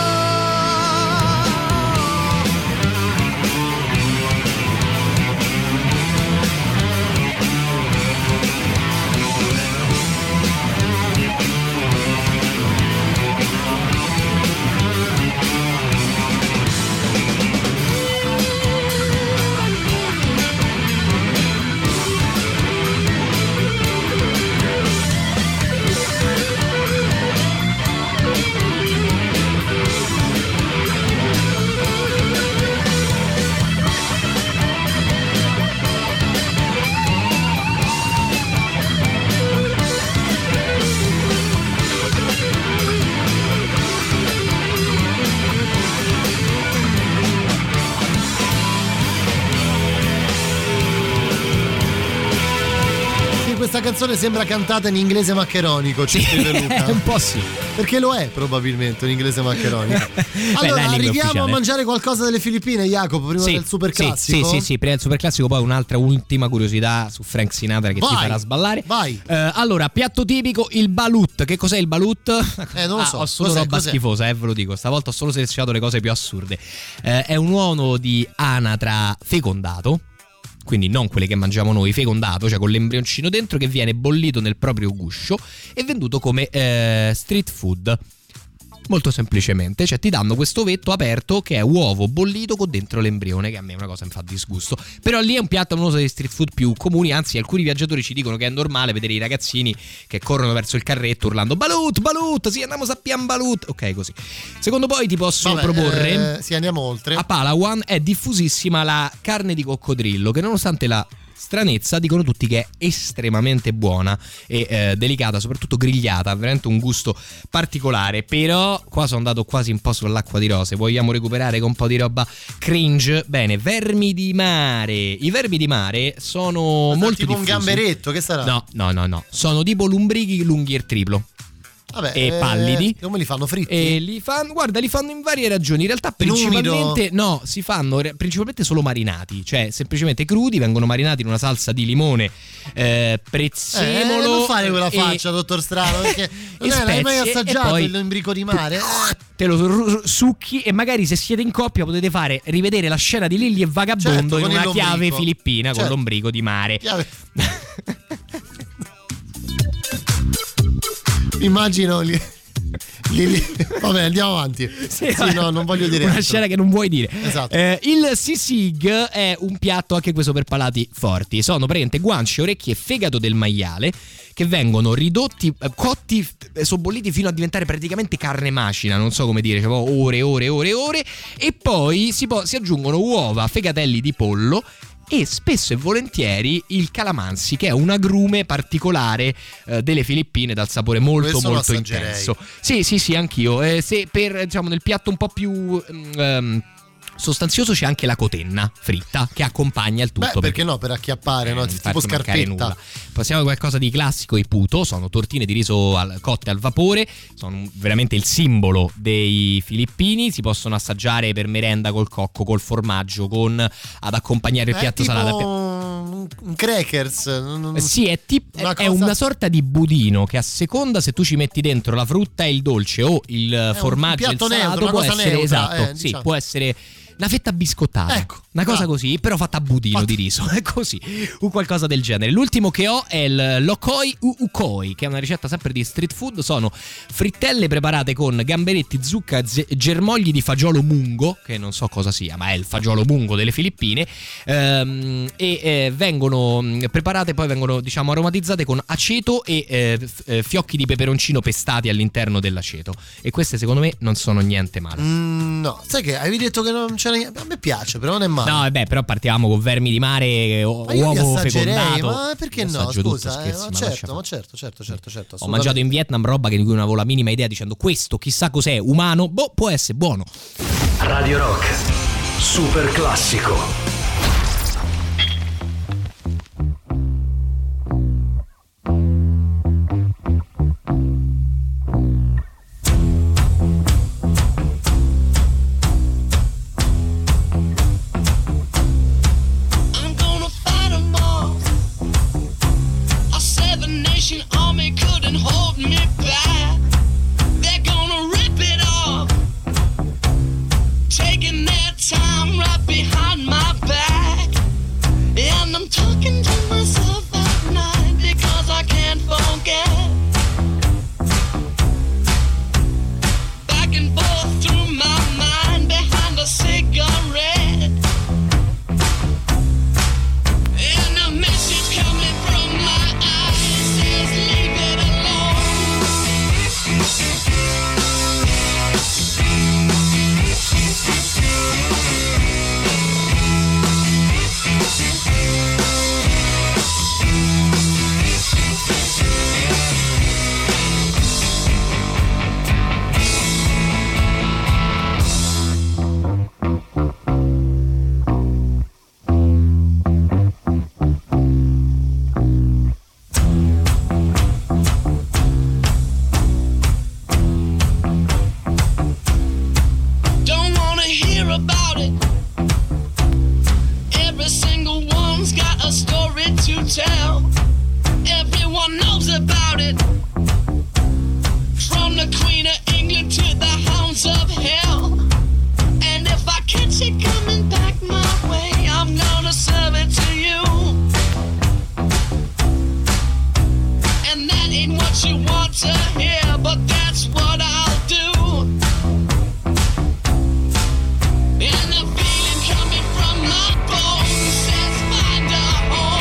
Questa canzone sembra cantata in inglese maccheronico, ci scrive Luca. Un po' sì. Perché lo è probabilmente un inglese maccheronico. Beh, Allora dai, arriviamo ufficiale. a mangiare qualcosa delle Filippine, Jacopo, prima Sì, del super sì, classico. Sì, sì, sì, prima del super classico, poi un'altra ultima curiosità su Frank Sinatra che Vai, ti farà sballare. Vai. Eh, allora, piatto tipico, il balut. Che cos'è il balut? Eh, non lo Ah, so. ho solo Cos'è, roba cos'è? schifosa, eh, ve lo dico. Stavolta ho solo selezionato le cose più assurde. Eh, è un uovo di anatra fecondato. Quindi non quelle che mangiamo noi, fecondato, cioè con l'embrioncino dentro, che viene bollito nel proprio guscio e venduto come eh, street food. Molto semplicemente, cioè ti danno questo ovetto aperto che è uovo bollito con dentro l'embrione, che a me è una cosa mi fa disgusto. Però lì è un piatto uno dei street food più comuni, anzi alcuni viaggiatori ci dicono che è normale vedere i ragazzini che corrono verso il carretto urlando balut, balut, sì andiamo a pian balut, ok così. Secondo poi ti posso Vabbè, proporre, eh, sì, andiamo oltre. a Palawan è diffusissima la carne di coccodrillo, che nonostante la stranezza dicono tutti che è estremamente buona e eh, delicata, soprattutto grigliata, veramente un gusto particolare. Però qua sono andato quasi un po' sull'acqua di rose, vogliamo recuperare con un po' di roba cringe? Bene, vermi di mare. I vermi di mare sono Ma molto tipo un diffusi. gamberetto, che sarà? No, no, no, no, sono tipo lumbrichi lunghi il triplo. Vabbè, e eh, pallidi. Come li fanno, fritti? E li fanno, guarda, li fanno in varie ragioni. In realtà In principalmente no, si fanno re- principalmente solo marinati, cioè semplicemente crudi, vengono marinati in una salsa di limone, eh, prezzemolo. Eh, non fare quella e- faccia, dottor Strano, perché non e è, l'hai mai spezie, assaggiato e poi- il limbrico di mare? Eh, Te lo ru- succhi e magari se siete in coppia potete fare rivedere la scena di Lilli e Vagabondo Certo, in con una il chiave lombrico. filippina con Certo. l'ombrico di mare. chiave- Immagino lì. Lì, lì. Vabbè, andiamo avanti. Sì, vabbè, no, non voglio dire una altro. scena che non vuoi dire. Esatto. Eh, il sisig è un piatto anche questo per palati forti. Sono praticamente guance, orecchie e fegato del maiale che vengono ridotti, eh, cotti, eh, sobbolliti fino a diventare praticamente carne macina, non so come dire, cioè ore e ore e ore e ore, e poi si, po- si aggiungono uova, fegatelli di pollo e spesso e volentieri il calamansi, che è un agrume particolare eh, delle Filippine dal sapore molto Questo lo molto assaggerei. intenso. Sì, sì, sì, anch'io. Eh, se per, diciamo, nel piatto un po' più ehm, sostanzioso c'è anche la cotenna fritta che accompagna il tutto. Beh, perché no, per acchiappare, no? non Tipo farti mancare scarpetta. nulla. Passiamo a qualcosa di classico, i puto, sono tortine di riso al, cotte al vapore, sono veramente il simbolo dei filippini, si possono assaggiare per merenda col cocco, col formaggio, con ad accompagnare il È piatto tipo salato. un un crackers. non- Eh, Sì, è, tip- Una è cosa- una sorta di budino che a seconda se tu ci metti dentro la frutta e il dolce o il un formaggio e il piatto salato, neutro, una può cosa essere neutra, esatto, eh, sì, diciamo. può essere una fetta biscottata, Ecco, una cosa bravo. così, però fatta a budino Fatto. di riso, è così, un qualcosa del genere. L'ultimo che ho è il lokoi ukoi, che è una ricetta sempre di street food. Sono frittelle preparate con gamberetti, zucca e ze- germogli di fagiolo mungo, che non so cosa sia, ma è il fagiolo mungo delle Filippine, ehm, e eh, vengono mh, preparate, poi vengono diciamo aromatizzate con aceto e eh, f- eh, fiocchi di peperoncino pestati all'interno dell'aceto, e queste secondo me non sono niente male. Mm, no, sai che avevi detto che non c'era niente. A me piace, però non è male. No, vabbè, però partiamo con vermi di mare, o- Ma io li uovo assaggerei, fecondato. ma perché Io no? assaggio tutto, Scusa, eh, scherzi, ma ma lascia certo, fare. ma certo, certo, certo, certo. Ho mangiato in Vietnam roba che di cui non avevo la minima idea, dicendo questo chissà cos'è, umano, boh, può essere buono. Radio Rock, super classico. story to tell. Everyone knows about it. From the Queen of England to the hounds of hell. And if I catch it coming back my way, I'm gonna serve it to you. And that ain't what you want to hear, but that's what I'll do. And the feeling coming from my bones says find a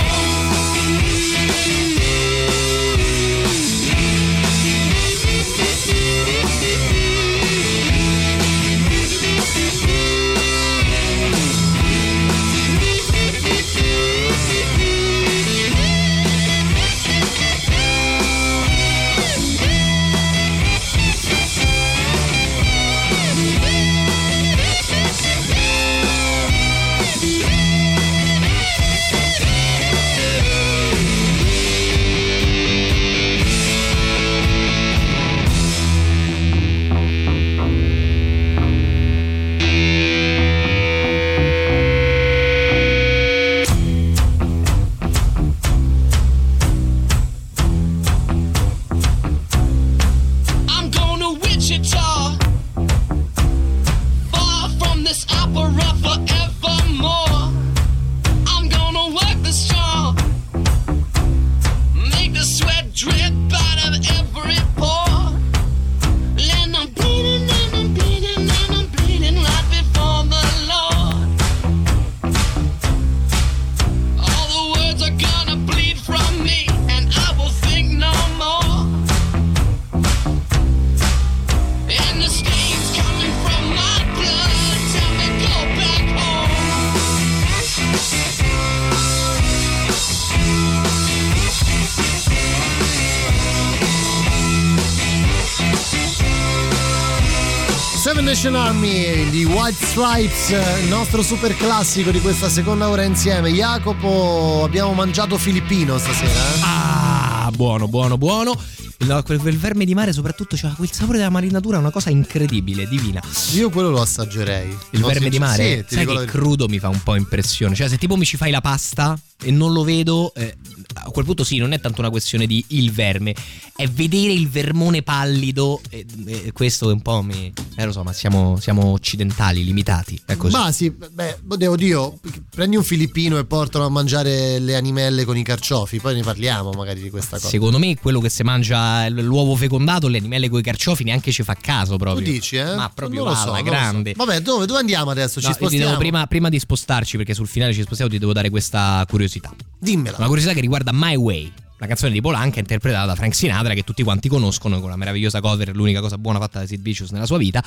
Seven Nation Army di White Stripes, il nostro super classico di questa seconda ora insieme. Jacopo, abbiamo mangiato filippino stasera, eh? Ah, buono, buono, buono. Il, quel, quel verme di mare soprattutto c'ha quel sapore della marinatura, una cosa incredibile, divina. Io quello lo assaggerei. Il non verme di mare? Sì, sai che la... crudo mi fa un po' impressione. Cioè se tipo mi ci fai la pasta e non lo vedo, eh, a quel punto sì, non è tanto una questione di il verme, è vedere il vermone pallido, e, e questo un po' mi... Eh lo so, ma siamo, siamo occidentali, limitati, è così. Ma sì, beh, devo dire, prendi un filippino e portano a mangiare le animelle con i carciofi, poi ne parliamo magari di questa cosa. Secondo me quello che si mangia l'uovo fecondato, le animelle con i carciofi, neanche ci fa caso proprio. Tu dici, eh? Ma proprio non lo va, so, alla non grande. So. Vabbè, dove, dove andiamo adesso? No, ci spostiamo? devo, prima, prima di spostarci, perché sul finale ci spostiamo, ti devo dare questa curiosità. Dimmela. Una curiosità che riguarda My Way, la canzone di Polanca interpretata da Frank Sinatra, che tutti quanti conoscono con la meravigliosa cover, l'unica cosa buona fatta da Sid Vicious nella sua vita.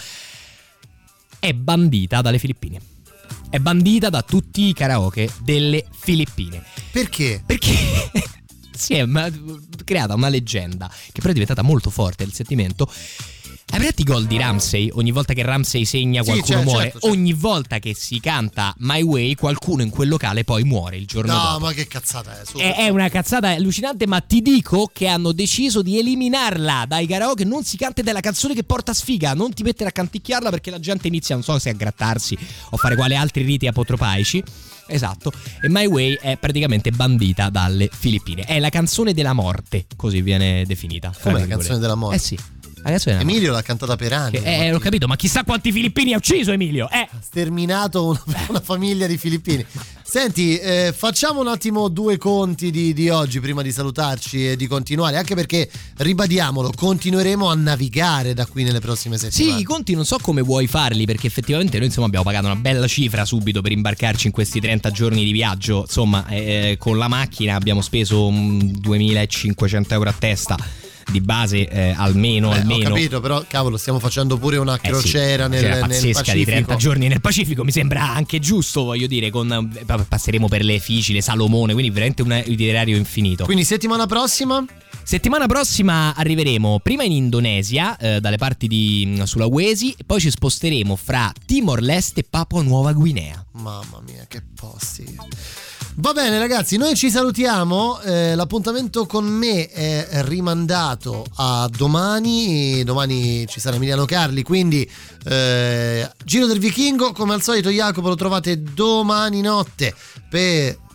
È bandita dalle Filippine. È bandita da tutti i karaoke delle Filippine. Perché? Perché si è una, creata una leggenda che però è diventata molto forte il sentimento. Hai presente i gol di Ramsey? Ogni volta che Ramsey segna qualcuno sì, certo, muore. Certo, certo. Ogni volta che si canta My Way qualcuno in quel locale poi muore il giorno no, dopo. No, ma che cazzata è? è? È una cazzata allucinante, ma ti dico che hanno deciso di eliminarla dai karaoke. Non si canta della canzone che porta sfiga. Non ti mettere a canticchiarla perché la gente inizia, non so se a grattarsi o fare quale altri riti apotropaici. Esatto. E My Way è praticamente bandita dalle Filippine. È la canzone della morte, così viene definita. Come la canzone della morte? Eh sì. Emilio l'ha cantata per anni. Eh, l'ho capito, ma chissà quanti filippini ha ucciso Emilio. Eh. Ha sterminato una, una famiglia di filippini. Senti, eh, facciamo un attimo due conti di, di oggi prima di salutarci e di continuare, anche perché, ribadiamolo, continueremo a navigare da qui nelle prossime settimane. Sì, i conti non so come vuoi farli, perché effettivamente noi insomma abbiamo pagato una bella cifra subito per imbarcarci in questi trenta giorni di viaggio. Insomma, eh, con la macchina abbiamo speso duemilacinquecento euro a testa di base, eh, almeno Beh, almeno. Ho capito, però cavolo, stiamo facendo pure una crociera eh sì, nel, nel pazzesca Pacifico. di trenta giorni nel Pacifico, mi sembra anche giusto, voglio dire, con passeremo per le Fici, le Salomone, quindi veramente un itinerario infinito. Quindi settimana prossima? Settimana prossima arriveremo prima in Indonesia, eh, dalle parti di Sulawesi, e poi ci sposteremo fra Timor-Leste e Papua Nuova Guinea. Mamma mia, che posti. Va bene ragazzi, noi ci salutiamo, eh, l'appuntamento con me è rimandato a domani, domani ci sarà Emiliano Carli, quindi eh, Giro del Vichingo, come al solito Jacopo lo trovate domani notte per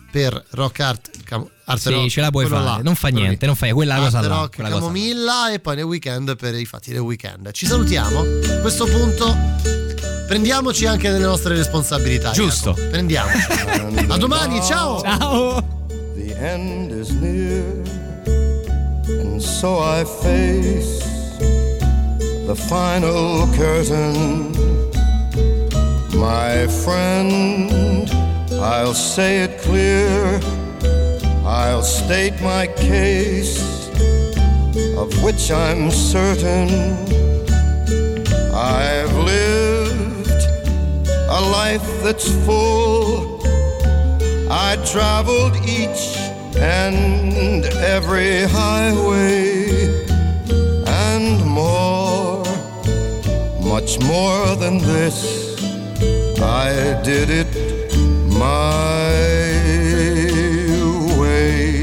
per Rock Art, Cam- Art Sì, Rock, ce la puoi quello fare, là, non fa quello niente, lì. non fai quella Art cosa là, Rock, quella cosa là. Camomilla, e poi nel weekend per i fatti del weekend. Ci salutiamo. A questo punto prendiamoci anche delle nostre responsabilità. Giusto. Jacopo. Prendiamoci. A domani, ciao. Ciao. The end is near, and so I face the final curtain. My friend, I'll say it clear, I'll state my case, of which I'm certain. I've lived a life that's full, I traveled each and every highway, and more, much more than this, I did it my way.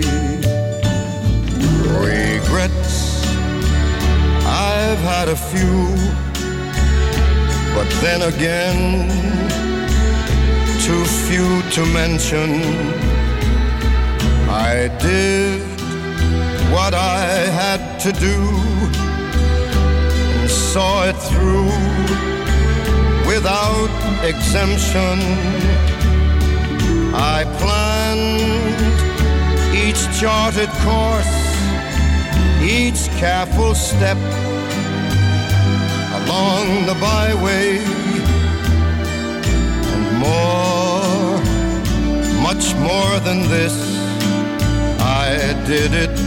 Regrets, I've had a few, but then again, too few to mention. I did what I had to do and saw it through without exemption. I planned each charted course, each careful step along the byway, and more, much more than this, I did it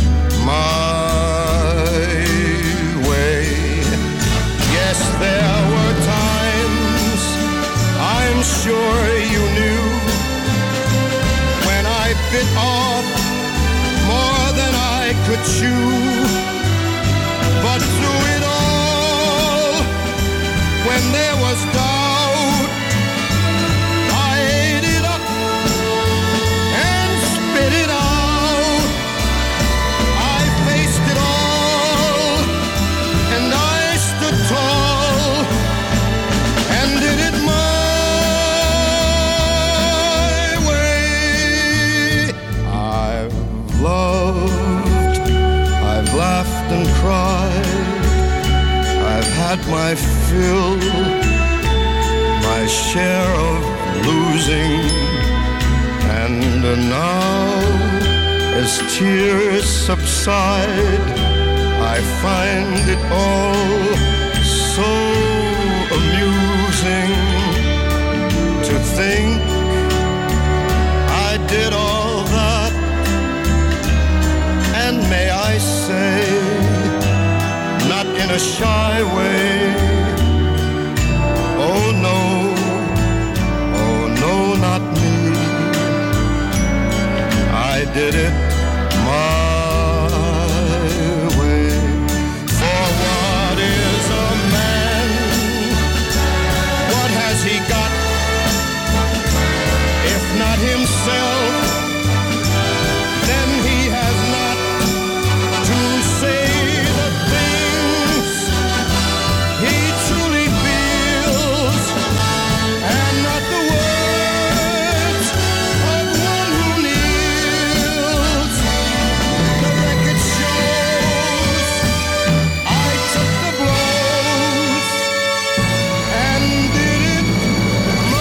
my way. Yes, there were times, I'm sure you knew, when I bit off more than I could chew. But through it all, when there was doubt, I ate it up and spit it out. I faced it all, and I stood tall and did it my way. I've loved, I've laughed and cried, I've had my fill, my share of losing, and now as tears subside, I find it all so amusing to think I did all that, and may I say, not in a shy way, oh no, oh no, not me, I did it my way. For what is a man? What has he got? If not himself, then he has not to say the things he truly feels, and not the words of one who kneels. The record shows I took the blows and did it my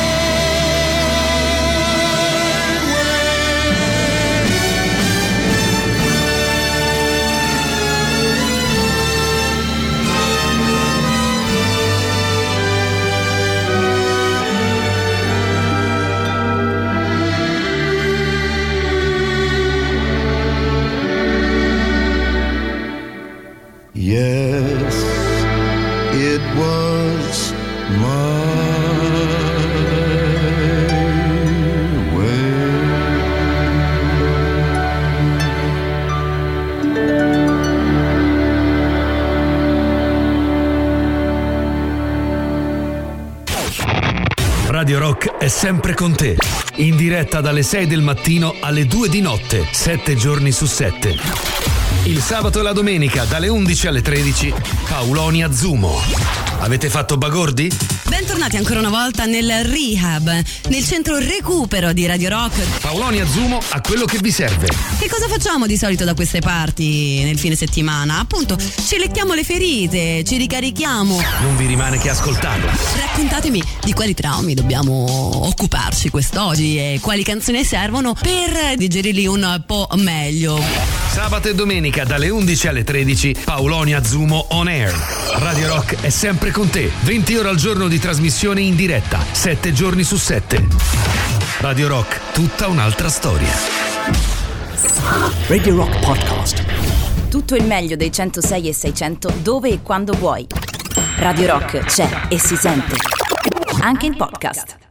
Yes, it was my way. Radio Rock è sempre con te, in diretta dalle sei del mattino alle due di notte, sette giorni su sette. Il sabato e la domenica dalle undici alle tredici Paolonia Zumo. Avete fatto bagordi? Bentornati ancora una volta nel Rehab, nel centro recupero di Radio Rock. Paolonia Zumo ha quello che vi serve. Che cosa facciamo di solito da queste parti nel fine settimana? Appunto, ci lecchiamo le ferite, ci ricarichiamo. Non vi rimane che ascoltarla. Raccontatemi di quali traumi dobbiamo occuparci quest'oggi e quali canzoni servono per digerirli un po' meglio. Sabato e domenica dalle undici alle tredici Paolonia Zumo On Air. Radio Rock è sempre con te, venti ore al giorno di trasmissione in diretta, sette giorni su sette. Radio Rock, tutta un'altra storia. Radio Rock Podcast. Tutto il meglio dei centosei e seicento dove e quando vuoi. Radio Rock c'è e si sente. Anche in podcast.